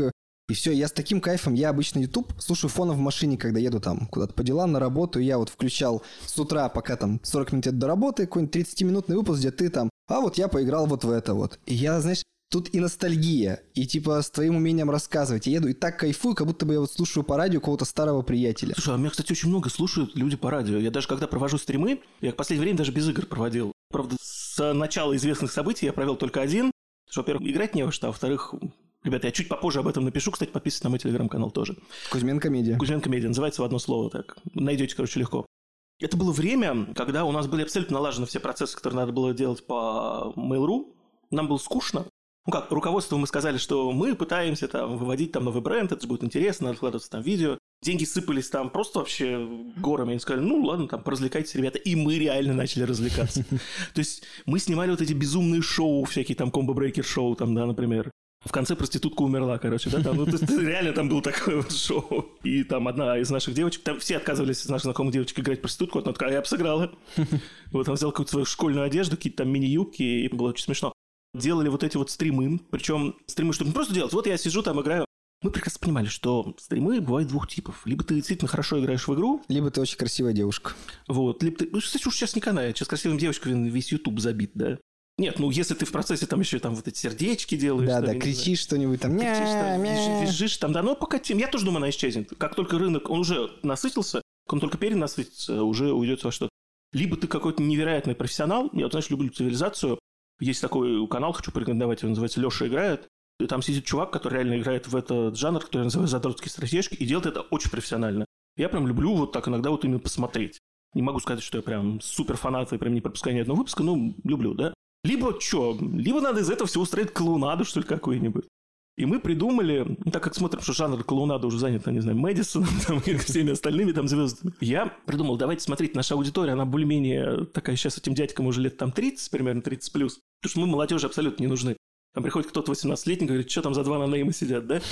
Speaker 3: И все, я с таким кайфом, я обычно YouTube слушаю фоном в машине, когда еду там куда-то по делам, на работу, я вот включал с утра, пока там 40 минут до работы, какой-нибудь 30-минутный выпуск, где ты там, а вот я поиграл вот в это вот. И я, знаешь, тут и ностальгия, и типа с твоим умением рассказывать. Я еду и так кайфую, как будто бы я вот слушаю по радио какого-то старого приятеля.
Speaker 1: Слушай, а меня, кстати, очень много слушают люди по радио. Я даже когда провожу стримы, я в последнее время даже без игр проводил. Правда, с начала известных событий я провел только один. Что, во-первых, играть не во что, а во-вторых, ребята, я чуть попозже об этом напишу. Кстати, подписывайтесь на мой телеграм-канал тоже.
Speaker 3: Кузьменко Медиа.
Speaker 1: Кузьменко Медиа. Называется в одно слово так. Найдете, короче, легко. Это было время, когда у нас были абсолютно налажены все процессы, которые надо было делать по Mail.ru. Нам было скучно. Ну как, руководству мы сказали, что мы пытаемся там выводить там новый бренд, это же будет интересно, надо вкладываться там в видео. Деньги сыпались там просто вообще горами. Они сказали, ну ладно, там поразвлекайтесь, ребята. И мы реально начали развлекаться. То есть мы снимали вот эти безумные шоу, всякие там комбо-брейкер-шоу, там, да, например. В конце проститутка умерла, короче, да, там, ну, реально там было такое вот шоу. И там одна из наших девочек, там все отказывались из наших знакомых девочек играть проститутку, вот она такая, я бы сыграла. Вот он взял какую-то свою школьную одежду, какие-то там мини-юбки, и было очень смешно. Делали вот эти вот стримы, причем стримы, чтобы не просто делать, вот я сижу там, играю. Мы прекрасно понимали, что стримы бывают двух типов. Либо ты действительно хорошо играешь в игру.
Speaker 3: Либо ты очень красивая девушка.
Speaker 1: Вот, либо ты... Ну, кстати, уж сейчас не канает, сейчас красивым девочкам весь YouTube забит, да. Нет, ну если ты в процессе там еще там вот эти сердечки делаешь.
Speaker 3: Да,
Speaker 1: там,
Speaker 3: да, кричишь что-нибудь там.
Speaker 1: Кричишь там, визжишь там, да, но пока я тоже думаю, она исчезнет. Как только рынок, он уже насытился, он только перенасытится, уже уйдет во что-то. Либо ты какой-то невероятный профессионал, я вот, знаешь, люблю цивилизацию. Есть такой канал, хочу порекомендовать, он называется «Леша играет». И там сидит чувак, который реально играет в этот жанр, который называется «Задротские стратежки», и делает это очень профессионально. Я прям люблю вот так иногда вот именно посмотреть. Не могу сказать, что я прям супер фанат и прям не пропускаю ни одного выпуска, но люблю, да. Либо что? Либо надо из этого всего устроить клоунаду, что ли, какую-нибудь. И мы придумали, так как смотрим, что жанр клоунада уже занят, не знаю, Мэдисоном там, и всеми остальными там звездами, я придумал, давайте смотреть, наша аудитория, она более-менее такая сейчас этим дядькам уже лет там 30, примерно 30+. Потому что мы молодежи абсолютно не нужны. Там приходит кто-то 18-летний, говорит, что там за два нонейма сидят, да?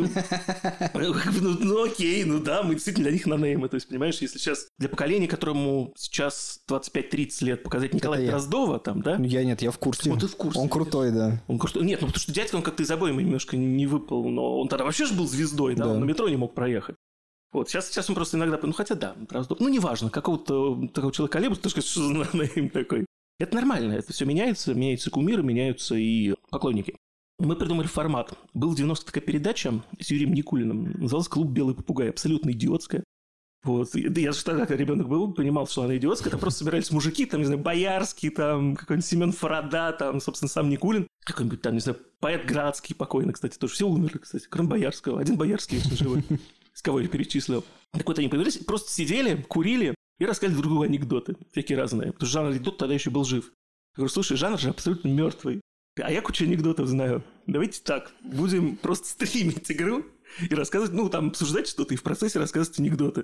Speaker 1: Ну окей, ну да, мы действительно для них нонеймы. То есть, понимаешь, если сейчас для поколения, которому сейчас 25-30 лет, показать Николая Дроздова там, да?
Speaker 3: Я в курсе.
Speaker 1: Вот ты в курсе.
Speaker 3: Он крутой, да.
Speaker 1: Он крутой. Нет, ну потому что дядька, он как-то из обоим немножко не выпал, но он тогда вообще же был звездой, да? Он на метро не мог проехать. Вот, сейчас он просто иногда... Ну, хотя да, Дроздов... Ну, неважно, какого-то такого человека либо ты скажешь, что за нонейм такой. Это нормально, это все меняется кумиры, меняются и поклонники. Мы придумали формат. Был в 90-х такая передача с Юрием Никулиным, называлась «Клуб Белый попугай», абсолютно идиотская. Вот. Я же тогда, когда ребенок был, понимал, что она идиотская. Там просто собирались мужики, там, не знаю, Боярский, там, какой-нибудь Семен Фарада, там, собственно, сам Никулин, какой-нибудь там, не знаю, поэт Градский покойный, кстати, тоже. Все умерли, кстати, кроме Боярского. Один Боярский еще живой. С кого я перечислил. Так вот они появились, просто сидели, курили и рассказывали друг другу анекдоты. Всякие разные. Потому что жанр анекдот тогда еще был жив. Я говорю, слушай, жанр же абсолютно мертвый. А я кучу анекдотов знаю. Давайте так, будем просто стримить игру и рассказывать, ну, там, обсуждать что-то и в процессе рассказывать анекдоты.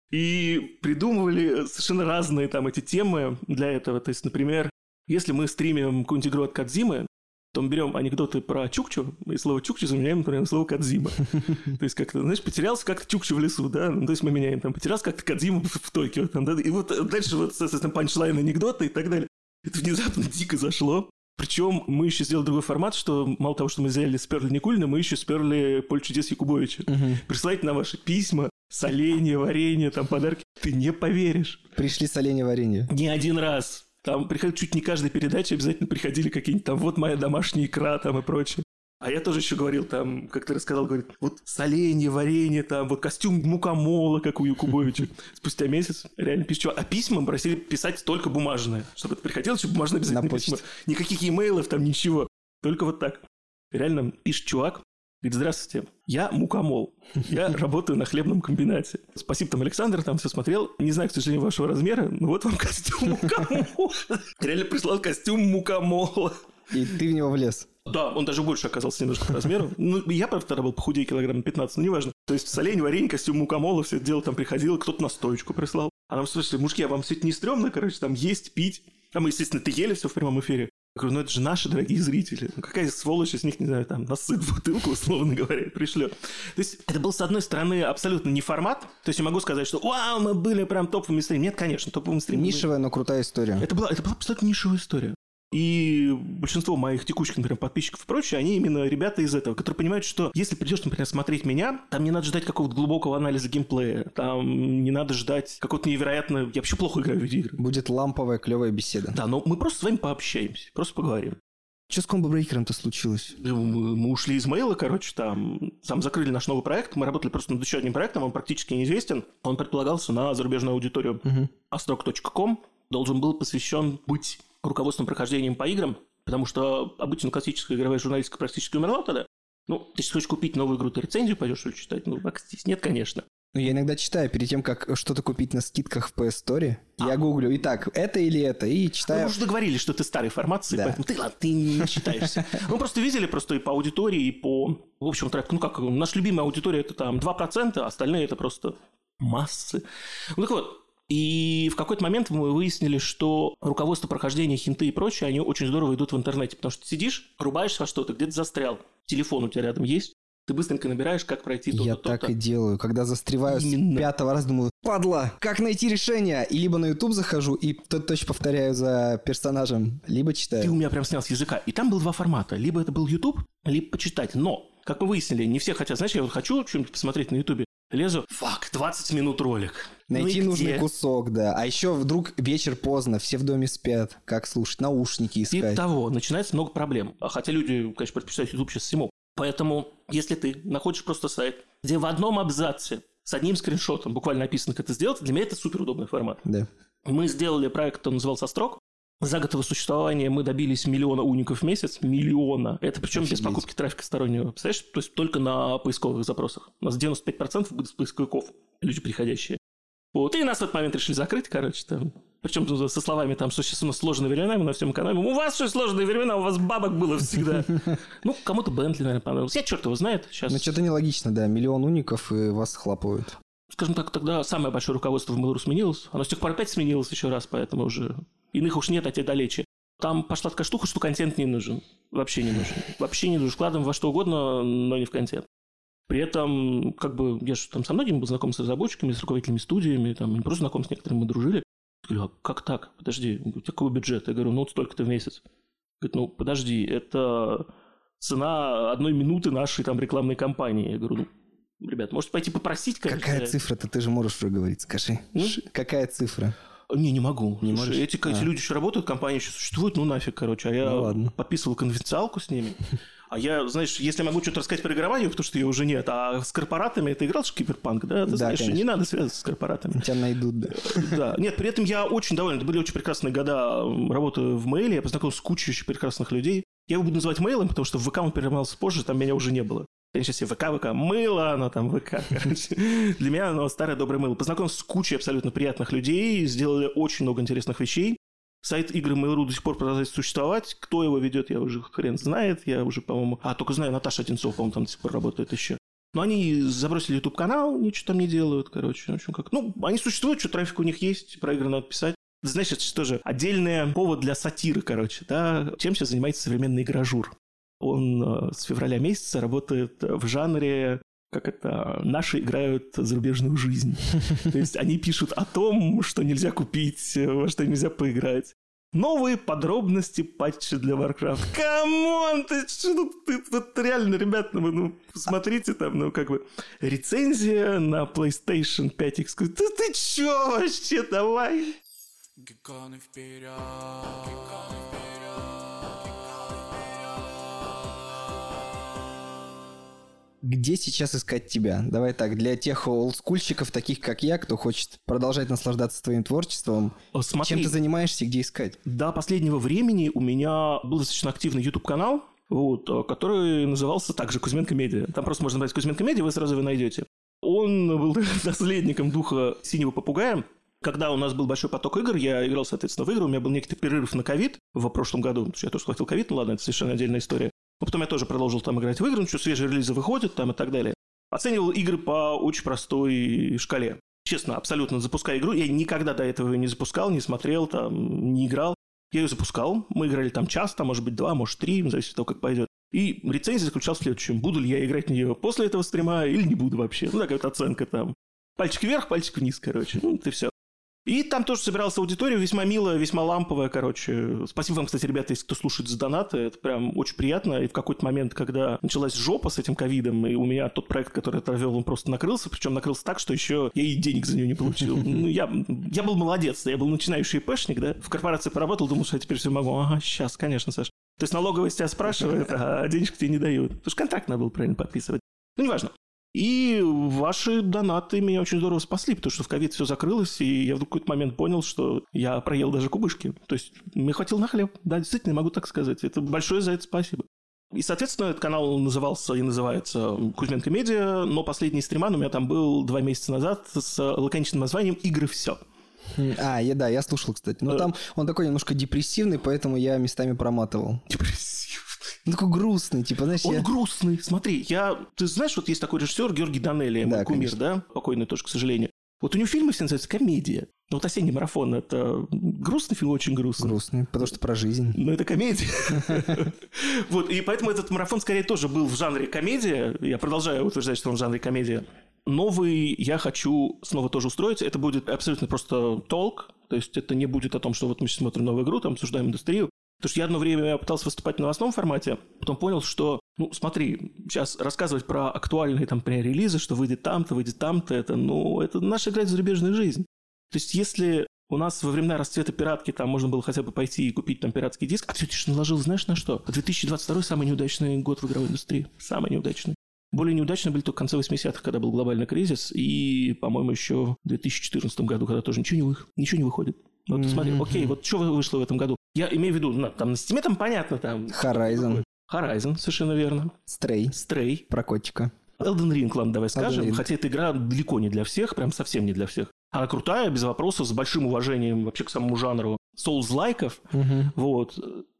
Speaker 1: И придумывали совершенно разные там эти темы для этого. То есть, например, если мы стримим какую-нибудь игру от Кодзимы, то мы берем анекдоты про Чукчу, и слово Чукчу заменяем, например, на слово Кодзима. То есть, как-то, знаешь, потерялся как-то Чукчу в лесу, да? Ну, то есть, мы меняем там, потерялся как-то Кодзима в Токио, там, да? И вот дальше вот, соответственно, панчлайн анекдоты и так далее. Это внезапно дико зашло. Причем мы еще сделали другой формат, что мало того, что мы сперли Никулина, мы еще сперли поле чудес Якубовича. Присылайте нам ваши письма, соленья, варенье, там подарки. Ты не поверишь.
Speaker 3: Пришли соленья, варенье.
Speaker 1: Не один раз. Там приходили чуть не каждой передаче, обязательно приходили какие-нибудь там, вот моя домашняя икра там и прочее. А я тоже еще говорил там, как ты рассказал, говорит, вот соленье, варенье, там, вот костюм мукомола, как у Якубовича. Спустя месяц реально пишет. А письма просили писать только бумажные. Чтобы это приходило, еще бумажное обязательно письмо. Никаких имейлов там, ничего. Только вот так. Реально пишет чувак, говорит, здравствуйте, я мукомол. Я работаю на хлебном комбинате. Спасибо там, Александр, там все смотрел. Не знаю, к сожалению, вашего размера, но вот вам костюм мукомола. Реально прислал костюм мукомола.
Speaker 3: И ты в него влез.
Speaker 1: Да, он даже больше оказался немножко по размеру. Ну, я, правда, тогда был похудее килограмм 15, но неважно. То есть соленье, варенье, костюм мукомола, все это дело там приходило, кто-то настоечку прислал. А нам спрашивали, мужики, а вам все это не стрёмно, короче, там есть, пить? А мы, естественно, это ели все в прямом эфире. Я говорю, ну это же наши дорогие зрители. Ну какая сволочь из них, не знаю, там, насыт в бутылку, условно говоря, пришлет. То есть это был, с одной стороны, абсолютно не формат. То есть я могу сказать, что вау, мы были прям топовыми стримами. Нет, конечно, топовыми стримами.
Speaker 3: Нишевая, но крутая история.
Speaker 1: Это была абсолютно нишевая история. И большинство моих текущих, например, подписчиков и прочее, они именно ребята из этого, которые понимают, что если придешь, например, смотреть меня, там не надо ждать какого-то глубокого анализа геймплея, там не надо ждать какого-то невероятного... Я вообще плохо играю в видеоигры.
Speaker 3: Будет ламповая, клевая беседа.
Speaker 1: Да, но мы просто с вами пообщаемся, просто поговорим.
Speaker 3: Что с комбо-брейкером-то случилось?
Speaker 1: Мы ушли из мейла, короче, там закрыли наш новый проект, мы работали просто над еще одним проектом, он практически неизвестен, он предполагался на зарубежную аудиторию. Astrok.com должен был посвящен быть руководством прохождением по играм, потому что обычно классическая игровая журналистика практически умерла тогда. Ну, ты если хочешь купить новую игру, ты рецензию пойдешь что ли читать? Ну, так здесь нет, конечно.
Speaker 3: Ну, я иногда читаю перед тем, как что-то купить на скидках в PS Store. Я гуглю, итак, это или это, и читаю.
Speaker 1: Мы уже договорились, что ты старой формации,
Speaker 3: Да.
Speaker 1: поэтому ты не читаешься. Мы просто видели просто и по аудитории, и по... В общем, трафику. Ну как, наша любимая аудитория это там 2%, а остальные это просто массы. Ну так вот, и в какой-то момент мы выяснили, что руководство прохождения, хинты и прочее, они очень здорово идут в интернете, потому что ты сидишь, рубаешься во что-то, где-то застрял, телефон у тебя рядом есть, ты быстренько набираешь, как пройти то-то,
Speaker 3: Я
Speaker 1: то-то.
Speaker 3: так и делаю. Когда застреваю
Speaker 1: Именно.
Speaker 3: с 5-го раза, думаю, падла, как найти решение? И либо на YouTube захожу и точно повторяю за персонажем, либо
Speaker 1: Ты
Speaker 3: читаю.
Speaker 1: у меня прям снял с языка. И там было два формата. Либо это был YouTube, либо почитать. Но, как мы выяснили, не все хотят. Знаешь, я вот хочу что-нибудь посмотреть на YouTube. Лезу, 20 минут ролик.
Speaker 3: Найти
Speaker 1: Ну и
Speaker 3: нужный
Speaker 1: где?
Speaker 3: кусок, да. А еще вдруг вечер поздно, все в доме спят. Как слушать? Наушники
Speaker 1: Типа
Speaker 3: искать.
Speaker 1: того, начинается много проблем. Хотя люди, конечно, предпочитают YouTube сейчас всему. Поэтому, если ты находишь просто сайт, где в одном абзаце с одним скриншотом буквально написано, как это сделать, для меня это суперудобный формат.
Speaker 3: Да.
Speaker 1: Мы сделали проект, он назывался «Строк». За год его существования мы добились 1 миллиона уников в месяц. 1 миллиона. Это причем без
Speaker 3: Офигеть.
Speaker 1: покупки трафика стороннего. Представляешь? То есть только на поисковых запросах. У нас 95% будет с поисковиков. Люди приходящие. Вот. И нас в этот момент решили закрыть, короче. Там. Причем со словами, там, что сейчас у нас сложные времена, мы на всем экономим. У вас что сложные времена, у вас бабок было всегда. Ну, кому-то Бентли, наверное, понравился. Я черт его знает. Сейчас...
Speaker 3: Ну, что-то нелогично, да. 1 миллион уников, и вас схлопывают.
Speaker 1: Скажем так, тогда самое большое руководство в Mail.ru сменилось. Оно с тех пор опять сменилось еще раз, поэтому уже иных уж нет, а те далече. Там пошла такая штука, что контент не нужен. Вообще не нужен. Вообще не нужен. Вкладываем во что угодно, но не в контент. При этом, как бы, я же там со многими был знаком с разработчиками, с руководителями студиями, там, не просто знаком с некоторыми, мы дружили. Я говорю, а как так? Подожди, у тебя какой бюджет? Я говорю, ну, вот столько-то в месяц. Говорит, ну, подожди, это цена 1 минуты нашей там рекламной кампании. Я говорю, ну, ребят, может пойти попросить, конечно.
Speaker 3: Какая цифра-то? Ты же можешь уже говорить, скажи. Какая цифра?
Speaker 1: Не могу.
Speaker 3: Не
Speaker 1: Слушай,
Speaker 3: можешь?
Speaker 1: эти люди еще работают, компания еще существует, ну нафиг, короче. А я
Speaker 3: Ну ладно.
Speaker 1: подписывал конфиденциалку с ними. А я, знаешь, если могу что-то рассказать по программированию, потому что ее уже нет, а с корпоратами, ты играл в Киберпанк, да? Ты
Speaker 3: Да,
Speaker 1: знаешь,
Speaker 3: конечно.
Speaker 1: не надо связываться с корпоратами.
Speaker 3: Тебя найдут, да.
Speaker 1: Да. Нет, при этом я очень доволен. Это были очень прекрасные года работы в Мейле. Я познакомился с кучей очень прекрасных людей. Я его буду называть Мейлом, потому что в ВК он переименовался позже, там меня уже не было. Я сейчас все ВК, мыло, оно там ВК, короче. Для меня оно старое доброе мыло. Познакомился с кучей абсолютно приятных людей, сделали очень много интересных вещей. Сайт игры Mail.ru до сих пор продолжает существовать. Кто его ведет, я уже хрен знает. Я уже, по-моему... только знаю, Наташа Одинцова, по-моему, там до сих пор работает еще. Но они забросили YouTube-канал, ничего там не делают, короче. В общем, как... Ну, они существуют, что трафик у них есть, про игры надо писать. Знаешь, это же тоже отдельный повод для сатиры, короче, да. Чем сейчас занимается современный игражур? Он с февраля месяца работает в жанре, как это, наши играют зарубежную жизнь. То есть они пишут о том, что нельзя купить, во что нельзя поиграть. Новые подробности патча для Warcraft. Камон, ты что ты вот реально, ребят, ну, посмотрите там, ну, как бы, рецензия на PlayStation 5 эксклюзив. Ты чё вообще, давай?
Speaker 2: Гекконы вперед.
Speaker 3: Где сейчас искать тебя? Давай так, для тех олдскульщиков, таких как я, кто хочет продолжать наслаждаться твоим творчеством,
Speaker 1: Смотри.
Speaker 3: чем ты занимаешься, где искать?
Speaker 1: До последнего времени у меня был достаточно активный YouTube-канал, вот, который назывался также «Кузьменко Медиа». Там просто можно набрать «Кузьменко Медиа», вы сразу его найдете. Он был наследником духа «Синего попугая». Когда у нас был большой поток игр, я играл, соответственно, в игры. У меня был некий перерыв на ковид в прошлом году, потому что я тоже схватил ковид, ну ладно, это совершенно отдельная история. Но потом я тоже продолжил там играть в игры, ну что, свежие релизы выходят там и так далее. Оценивал игры по очень простой шкале. Честно, абсолютно запуская игру, я никогда до этого ее не запускал, не смотрел, там, не играл. Я ее запускал, мы играли там час, там, может быть, 2, может, 3, зависит от того, как пойдет. И рецензия заключалась в следующем. Буду ли я играть в нее после этого стрима или не буду вообще. Ну, такая вот оценка там. Пальчик вверх, пальчик вниз, короче. Ну, это все. И там тоже собиралась аудитория, весьма милая, весьма ламповая, короче. Спасибо вам, кстати, ребята, если кто слушает с донаты, это прям очень приятно. И в какой-то момент, когда началась жопа с этим ковидом, и у меня тот проект, который я провел, он просто накрылся, причем накрылся так, что еще я и денег за него не получил. Ну, я был молодец, я был начинающий ИПшник, да, в корпорации поработал, думал, что я теперь все могу. Ага, сейчас, конечно, Саш. То есть налоговая тебя спрашивает, а денежек тебе не дают. Потому что контракт надо было правильно подписывать. Ну, неважно. И ваши донаты меня очень здорово спасли, потому что в ковид все закрылось, и я в какой-то момент понял, что я проел даже кубышки. То есть мне хватило на хлеб. Да, действительно, могу так сказать. Это большое за это спасибо. И, соответственно, этот канал назывался и называется Кузьменко Медиа, но последний стриман у меня там был 2 месяца назад с лаконичным названием «Игры все».
Speaker 3: Я слушал, кстати. Но там он такой немножко депрессивный, поэтому я местами проматывал.
Speaker 1: Депрессивный.
Speaker 3: Ну, такой грустный, типа, знаешь,
Speaker 1: Он грустный. Смотри, ты знаешь, вот есть такой режиссер Георгий Данелли, мой кумир, конечно. Да? Покойный тоже, к сожалению. Вот у него фильмы все называются комедия. Но вот «Осенний марафон» — это грустный фильм, очень грустный.
Speaker 3: Грустный, потому что про жизнь.
Speaker 1: Ну, это комедия. Вот, и поэтому этот марафон скорее тоже был в жанре комедия. Я продолжаю утверждать, что он в жанре комедия. Новый я хочу снова тоже устроить. Это будет абсолютно просто толк. То есть это не будет о том, что вот мы сейчас смотрим новую игру, там обсуждаем индустрию. Потому что я одно время пытался выступать в новостном формате, потом понял, что, смотри, сейчас рассказывать про актуальные, там, например, релизы, что выйдет там-то, это наша играть в зарубежную жизнь. То есть если у нас во времена расцвета пиратки там можно было хотя бы пойти и купить там пиратский диск, а все это наложил, знаешь, на что? 2022 самый неудачный год в игровой индустрии. Самый неудачный. Более неудачные были только в конце 80-х, когда был глобальный кризис, и, по-моему, еще в 2014 году, когда тоже ничего не выходит. Вот смотри, окей, вот что вышло в этом году? Я имею в виду, там на Steam там понятно, там... Horizon, совершенно верно. Stray.
Speaker 3: Про котика.
Speaker 1: Elden Ring, ладно, давай скажем. Хотя эта игра далеко не для всех, прям совсем не для всех. Она крутая, без вопросов, с большим уважением вообще к самому жанру Souls-лайков. Вот.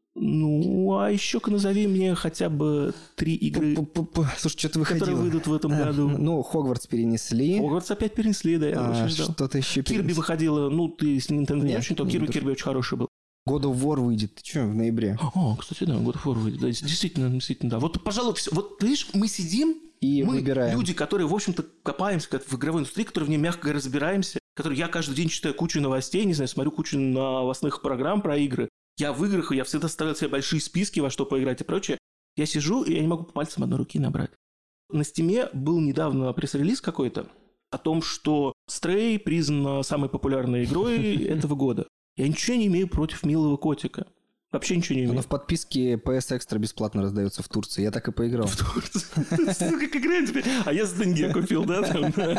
Speaker 1: Ну, а еще-ка назови мне хотя бы 3 игры,
Speaker 3: слушай, что-то выходило,
Speaker 1: которые выйдут в этом году.
Speaker 3: Ну, Хогвартс перенесли.
Speaker 1: Хогвартс опять перенесли, да, я очень ждал.
Speaker 3: Что-то еще
Speaker 1: Кирби выходила, ты с Nintendo не очень, то Кирби очень хороший был.
Speaker 3: God of War выйдет, ты что, в ноябре?
Speaker 1: Кстати, да, God of War выйдет, да, действительно, да. Вот, пожалуй, все. Вот, видишь, мы сидим,
Speaker 3: и
Speaker 1: мы
Speaker 3: выбираем.
Speaker 1: Люди, которые, в общем-то, копаемся в игровой индустрии, которые в ней мягко разбираемся, которые я каждый день читаю кучу новостей, не знаю, смотрю кучу новостных программ про игры. Я в играх, я всегда ставил себе большие списки, во что поиграть и прочее. Я сижу, и я не могу по пальцам одной руки набрать. На Стиме был недавно пресс-релиз какой-то о том, что Stray признана самой популярной игрой этого года. Я ничего не имею против милого котика. Вообще ничего не имею.
Speaker 3: Но в подписке PS Extra бесплатно раздается в Турции. Я так и поиграл.
Speaker 1: В Турции? Как играть теперь? А я за тенге купил, да?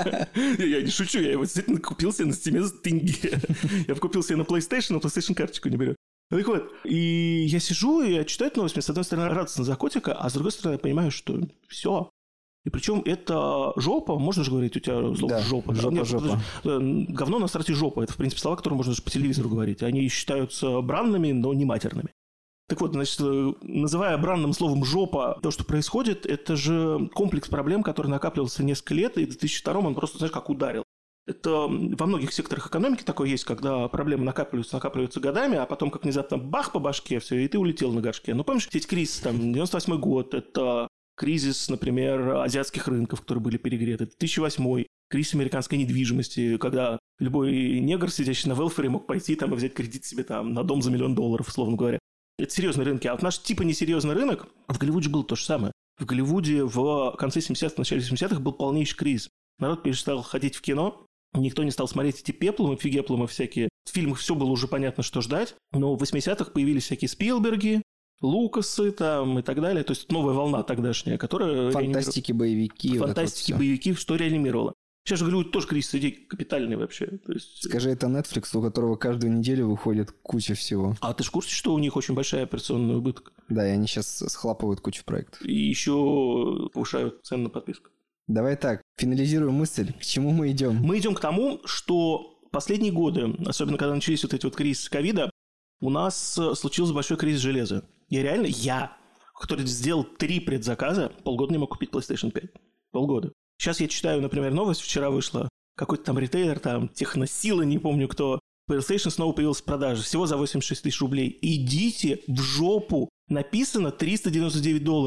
Speaker 1: Я не шучу, я его действительно купил себе на Стиме за тенге. Я купил себе на PlayStation, но PlayStation карточку не берет. Так вот, и я сижу, и я читаю эту новость, мне с одной стороны радостно за котика, а с другой стороны я понимаю, что все. И причем это жопа, можно же говорить, у тебя слово
Speaker 3: да,
Speaker 1: жопа.
Speaker 3: Жопа.
Speaker 1: Говно на старте жопа. Это, в принципе, слова, которые можно даже по телевизору говорить. Они считаются бранными, но не матерными. Так вот, значит, называя бранным словом жопа то, что происходит, это же комплекс проблем, который накапливался несколько лет, и в 2002 он просто, знаешь, как ударил. Это во многих секторах экономики такое есть, когда проблемы накапливаются годами, а потом как внезапно бах по башке, все, и ты улетел на горшке. Ну, помнишь, эти кризисы, там, 98 год, это кризис, например, азиатских рынков, которые были перегреты, 2008 кризис американской недвижимости, когда любой негр, сидящий на велфере, мог пойти там и взять кредит себе там на дом за $1 миллион, условно говоря. Это серьезные рынки. А вот наш типа несерьезный рынок, в Голливуде было то же самое. В Голливуде в конце 70-х, начале 70-х был полнейший кризис. Народ перестал ходить в кино, никто не стал смотреть эти пеплумы, фигеплумы всякие. В фильмах все было уже понятно, что ждать. Но в 80-х появились всякие Спилберги, Лукасы там и так далее. То есть новая волна тогдашняя, которая...
Speaker 3: Фантастики, боевики.
Speaker 1: Фантастики, боевики, что реанимировала. Сейчас же Голливуд тоже кризис идей капитальный вообще. То есть...
Speaker 3: Скажи, это Netflix, у которого каждую неделю выходит куча всего.
Speaker 1: А ты же в курсе, что у них очень большая операционный убыток?
Speaker 3: Да, и они сейчас схлапывают кучу проектов.
Speaker 1: И еще повышают цены на подписку.
Speaker 3: Давай так, финализируем мысль. К чему мы идем?
Speaker 1: Мы идем к тому, что последние годы, особенно когда начались вот эти вот кризисы ковида, у нас случился большой кризис железа. Я, который сделал 3 предзаказа, полгода не мог купить PlayStation 5. Полгода. Сейчас я читаю, например, новость, вчера вышла, какой-то там ритейлер, там, Техносила, не помню кто, PlayStation снова появился в продаже, всего за 86 тысяч рублей. Идите в жопу! Написано $399.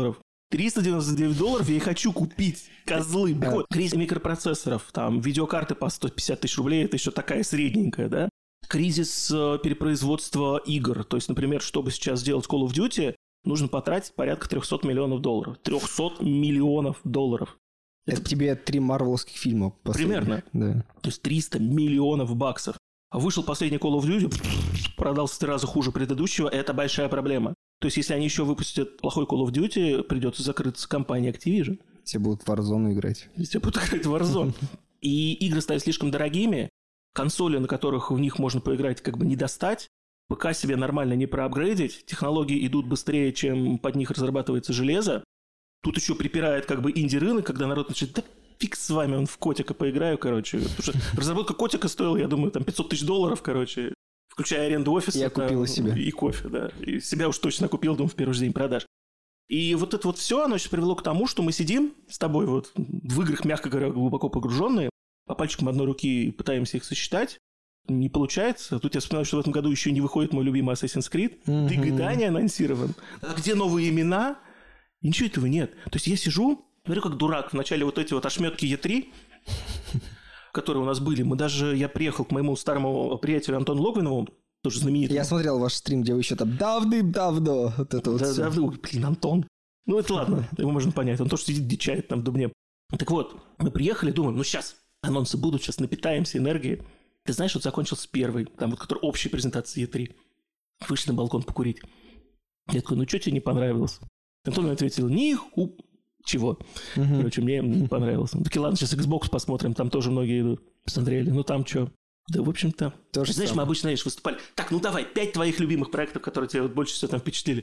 Speaker 1: $399 я и хочу купить, козлы. Так вот, кризис микропроцессоров, там, видеокарты по 150 тысяч рублей, это еще такая средненькая, да? Кризис перепроизводства игр. То есть, например, чтобы сейчас сделать Call of Duty, нужно потратить порядка $300 миллионов. $300 миллионов.
Speaker 3: Это тебе 3 марвеловских фильма.
Speaker 1: Примерно.
Speaker 3: Да.
Speaker 1: То есть 300 миллионов баксов. А вышел последний Call of Duty, продался в 3 раза хуже предыдущего, это большая проблема. То есть если они еще выпустят плохой Call of Duty, придется закрыться компанией Activision.
Speaker 3: Все будут в Warzone играть.
Speaker 1: Все будут играть в Warzone. И игры стали слишком дорогими, консоли, на которых в них можно поиграть, как бы не достать, ПК себе нормально не проапгрейдить, технологии идут быстрее, чем под них разрабатывается железо. Тут еще припирает как бы инди-рынок, когда народ начинает, да фиг с вами, он в котика поиграю, короче. Потому что разработка котика стоила, я думаю, там $500 тысяч, короче, включая аренду офиса.
Speaker 3: Я купил себе.
Speaker 1: И кофе, да. И себя уж точно купил, думаю, в первый же день продаж. И вот это вот все, оно сейчас привело к тому, что мы сидим с тобой вот в играх, мягко говоря, глубоко погруженные, по пальчикам одной руки пытаемся их сосчитать. Не получается. Тут я вспоминаю, что в этом году еще не выходит мой любимый Assassin's Creed. Дегада не анонсирован. А где новые имена? И ничего этого нет. То есть я сижу, говорю как дурак. Вначале вот эти вот ошметки E3, которые у нас были. Я приехал к моему старому приятелю Антону Логвинову, тоже знаменитому.
Speaker 3: Я смотрел ваш стрим, где вы еще там давным-давно. Вот это вот
Speaker 1: да, блин, Антон. Ну, это ладно, его можно понять. Он тоже сидит, дичает там в Дубне. Так вот, мы приехали, думаем, ну сейчас анонсы будут, сейчас напитаемся энергией. Ты знаешь, вот закончился первый, там вот, который общая презентация E3. Вышли на балкон покурить. Я такой, ну что тебе не понравилось? Антон мне ответил, чего? Короче, мне не понравилось. Ну, такие, ладно, сейчас Xbox посмотрим, там тоже многие идут. Посмотрели, ну там что? Да, в общем-то. Знаешь, мы обычно, выступали. Так, ну давай, 5 твоих любимых проектов, которые тебя вот больше всего там впечатлили.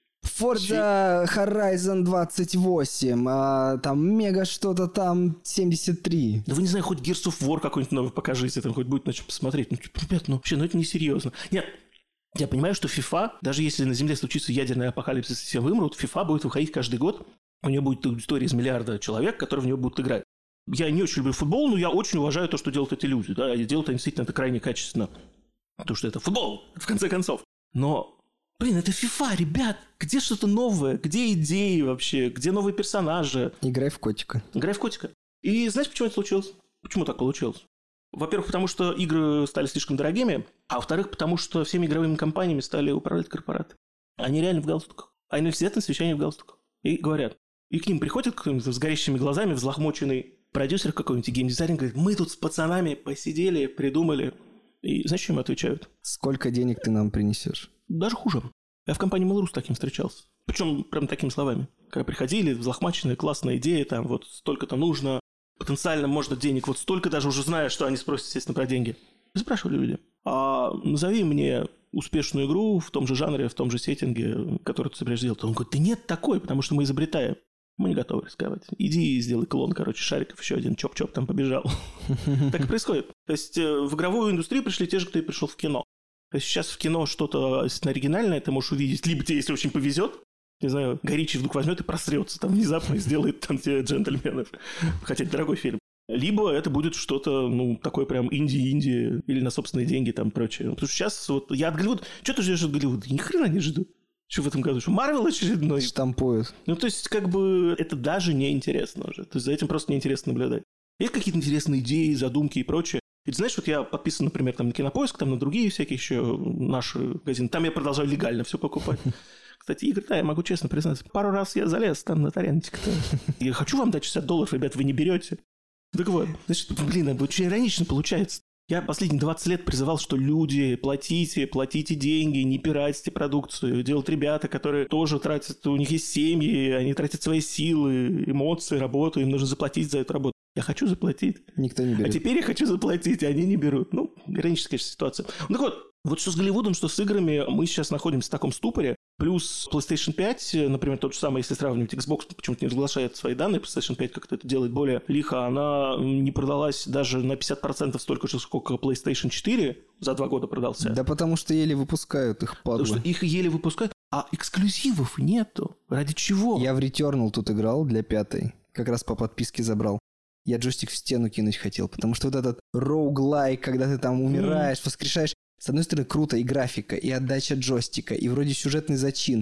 Speaker 3: Forza Horizon 28, там Мега что-то там 73.
Speaker 1: Да вы, не знаю, хоть Gears of War какой-нибудь новый покажите, там хоть будет на что посмотреть. Ну, ребят, вообще, это несерьезно. Нет, я понимаю, что FIFA, даже если на Земле случится ядерный апокалипсис и все вымрут, FIFA будет выходить каждый год. У нее будет аудитория из 1 миллиарда человек, которые в нее будут играть. Я не очень люблю футбол, но я очень уважаю то, что делают эти люди. Да, и делают они действительно это крайне качественно. Потому что это футбол, в конце концов. Но, блин, это FIFA, ребят. Где что-то новое? Где идеи вообще? Где новые персонажи?
Speaker 3: Играй в котика.
Speaker 1: И знаешь, почему это случилось? Почему так получилось? Во-первых, потому что игры стали слишком дорогими, а во-вторых, потому что всеми игровыми компаниями стали управлять корпораты. Они реально в галстуках. Они сидят на совещании в галстуках. И говорят. И к ним приходит кто-нибудь с горящими глазами, взлохмоченный продюсер какой-нибудь, геймдизайнер, говорит, мы тут с пацанами посидели, придумали. И знаешь, что им отвечают?
Speaker 3: Сколько денег ты нам принесешь?
Speaker 1: Даже хуже. Я в компании Mail.ru с таким встречался. Причем прям такими словами. Когда приходили, взлохмаченная, классная идея, там вот столько-то нужно, потенциально можно денег, вот столько, даже уже зная, что они спросят, естественно, про деньги. И спрашивали люди, а назови мне успешную игру в том же жанре, в том же сеттинге, который ты собираешься делать. Он говорит, да нет такой, потому что мы изобретаем. Мы не готовы рисковать. Иди и сделай клон, шариков еще один, чоп-чоп там побежал. Так и происходит. То есть в игровую индустрию пришли те же, кто и пришел в кино. То есть сейчас в кино что-то оригинальное ты можешь увидеть, либо тебе, если очень повезет, не знаю, Гай Ричи вдруг возьмет и просрется там внезапно и сделает там тебе «Джентльменов». Хотя это дорогой фильм. Либо это будет что-то, ну, такое прям инди или на собственные деньги там прочее. Потому что сейчас вот я от Голливуда... Что ты ждешь от Голливуда? Ни хрена не жду. Что в этом году? Что Марвел очередной?
Speaker 3: Штампуют.
Speaker 1: Ну, то есть, как бы, это даже не интересно уже. То есть, за этим просто неинтересно наблюдать. Есть какие-то интересные идеи, задумки и прочее. И ты знаешь, вот я подписан, например, там на Кинопоиск, там на другие всякие еще наши магазины. Там я продолжаю легально все покупать. Кстати, игры, да, я могу честно признаться, пару раз я залез там на торрентик-то. Я хочу вам дать $60, ребят, вы не берете. Так вот, значит, блин, это очень иронично получается. Я последние 20 лет призывал, что люди, платите деньги, не пиратьте продукцию. Делают ребята, которые тоже тратят, у них есть семьи, они тратят свои силы, эмоции, работу, им нужно заплатить за эту работу. Я хочу заплатить.
Speaker 3: Никто не берет.
Speaker 1: А теперь я хочу заплатить, а они не берут. Ну, ироническая, конечно, ситуация. Ну, так вот что с Голливудом, что с играми, мы сейчас находимся в таком ступоре. Плюс PlayStation 5, например, тот же самый, если сравнивать, Xbox почему-то не разглашает свои данные, PlayStation 5 как-то это делает более лихо, она не продалась даже на 50% столько же, сколько PlayStation 4 за 2 года продался.
Speaker 3: Да потому что еле выпускают их, падлы.
Speaker 1: Потому что их еле выпускают, а эксклюзивов нету. Ради чего?
Speaker 3: Я в Returnal тут играл для 5-й, как раз по подписке забрал. Я джойстик в стену кинуть хотел, потому что вот этот роуглайк, когда ты там умираешь, воскрешаешь, с одной стороны, круто и графика, и отдача джойстика, и вроде сюжетный зачин.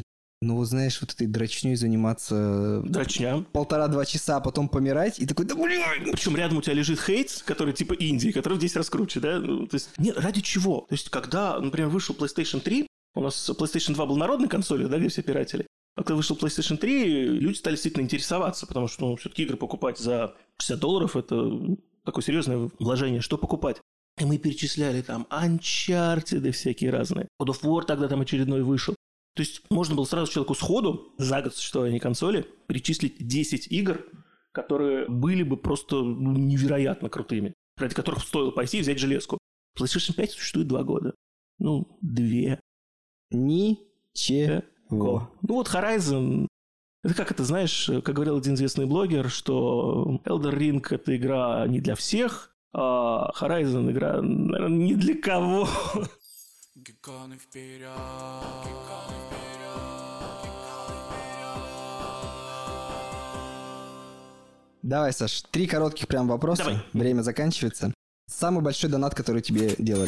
Speaker 3: Ну, знаешь, вот этой дрочней заниматься...
Speaker 1: Дрочня.
Speaker 3: 1,5-2 часа, а потом помирать, и такой, да блин!
Speaker 1: Причем рядом у тебя лежит Хейтс, который типа инди, который в 10 раз круче, да? Ну, то есть, нет, ради чего? То есть, когда, например, вышел PlayStation 3, у нас PlayStation 2 был народной консолью, да, где все пиратели. А когда вышел PlayStation 3, люди стали действительно интересоваться, потому что, ну, все-таки игры покупать за $60 – это такое серьезное вложение. Что покупать? И мы перечисляли там Uncharted всякие разные. God of War тогда там очередной вышел. То есть можно было сразу человеку сходу, за год существования консоли, перечислить 10 игр, которые были бы просто невероятно крутыми, ради которых стоило пойти и взять железку. PlayStation 5 существует 2 года. Ну, 2.
Speaker 3: Ничего.
Speaker 1: Ну вот Horizon... Это как это, знаешь, как говорил один известный блогер, что Elden Ring — это игра не для всех, а Horizon — игра, наверное, не для кого.
Speaker 2: Гекконы вперед.
Speaker 3: Давай, Саш, 3 коротких прям вопроса.
Speaker 1: Давай.
Speaker 3: Время заканчивается. Самый большой донат, который тебе делали?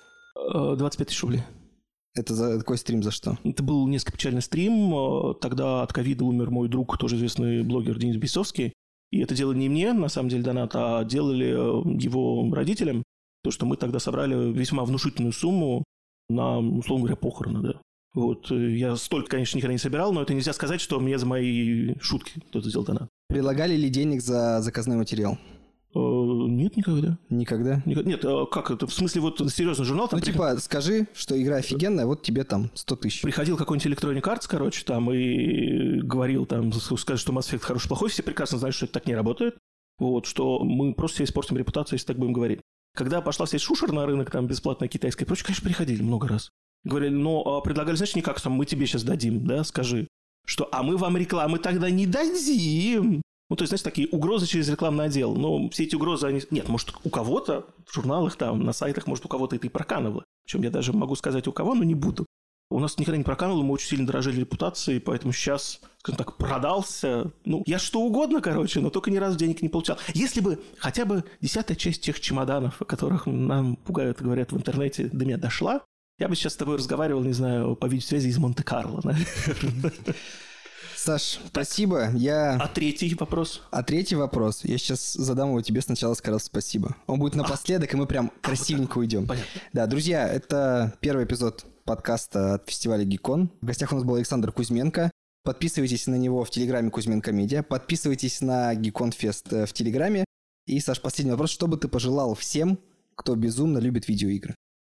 Speaker 1: 25 тысяч рублей.
Speaker 3: Это за какой стрим, за что?
Speaker 1: Это был несколько печальный стрим. Тогда от ковида умер мой друг, тоже известный блогер Денис Бейсовский. И это делали не мне, на самом деле, донат, а делали его родителям. То, что мы тогда собрали весьма внушительную сумму на, условно говоря, похороны, да. Вот. Я столько, конечно, никогда не собирал, но это нельзя сказать, что мне за мои шутки кто-то сделал донат.
Speaker 3: Предлагали ли денег за заказной материал?
Speaker 1: Нет, никогда.
Speaker 3: Никогда?
Speaker 1: Нет, как это? В смысле, вот серьезный журнал там...
Speaker 3: Ну, типа, скажи, что игра офигенная, вот тебе там 100 тысяч.
Speaker 1: Приходил какой-нибудь Electronic Arts, короче, там, и говорил там, скажет, что Mass Effect хороший, плохой, все прекрасно знают, что это так не работает. Вот, что мы просто себе испортим репутацию, если так будем говорить. Когда пошла вся шушер на рынок, там, бесплатная китайская и прочее, конечно, приходили много раз. Говорили, но предлагали, знаешь, не как там, мы тебе сейчас дадим, да, скажи, что, а мы вам рекламы тогда не дадим. Ну, то есть, знаете, такие угрозы через рекламный отдел. Но все эти угрозы, они... Нет, может, у кого-то в журналах, там, на сайтах, может, у кого-то это и проканывало. Причем я даже могу сказать, у кого, но не буду. У нас никогда не проканывало, мы очень сильно дорожили репутацией, поэтому сейчас, скажем так, продался. Ну, я что угодно, короче, но только ни разу денег не получал. Если бы хотя бы 10-я часть тех чемоданов, о которых нам пугают и говорят в интернете, до меня дошла, я бы сейчас с тобой разговаривал, не знаю, по видеосвязи из Монте-Карло, наверное.
Speaker 3: Саш, спасибо.
Speaker 1: А третий вопрос?
Speaker 3: Я сейчас задам его тебе, сначала сказав спасибо. Он будет напоследок, и мы прям красивенько уйдем.
Speaker 1: Понятно.
Speaker 3: Да, друзья, это первый эпизод подкаста от фестиваля Гикон. В гостях у нас был Александр Кузьменко. Подписывайтесь на него в Телеграме Кузьменко Медиа. Подписывайтесь на Гикон Фест в Телеграме. И, Саш, последний вопрос. Что бы ты пожелал всем, кто безумно любит видеоигры?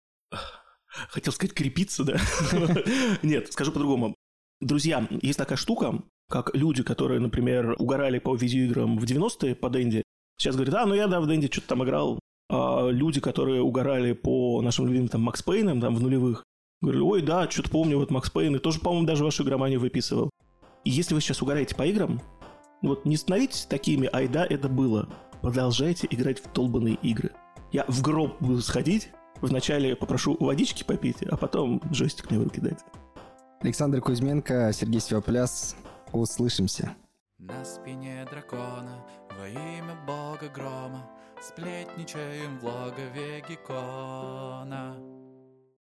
Speaker 1: Хотел сказать крепиться, да? Нет, скажу по-другому. Друзья, есть такая штука, как люди, которые, например, угорали по видеоиграм в 90-е по Денди, сейчас говорят, ну я, да, в Денди что-то там играл. А люди, которые угорали по нашим любимым там Макс Пейнам, там в нулевых, говорили, ой, да, что-то помню, вот Макс Пейн, и тоже, по-моему, даже вашу игроманию выписывал. И если вы сейчас угораете по играм, вот не становитесь такими, ай да, это было. Продолжайте играть в долбанные игры. Я в гроб буду сходить, вначале попрошу водички попить, а потом джойстик мне в руки дать.
Speaker 3: Александр Кузьменко, Сергей Севопляс. Услышимся.
Speaker 2: На спине дракона во имя бога грома сплетничаем в логове Геккона.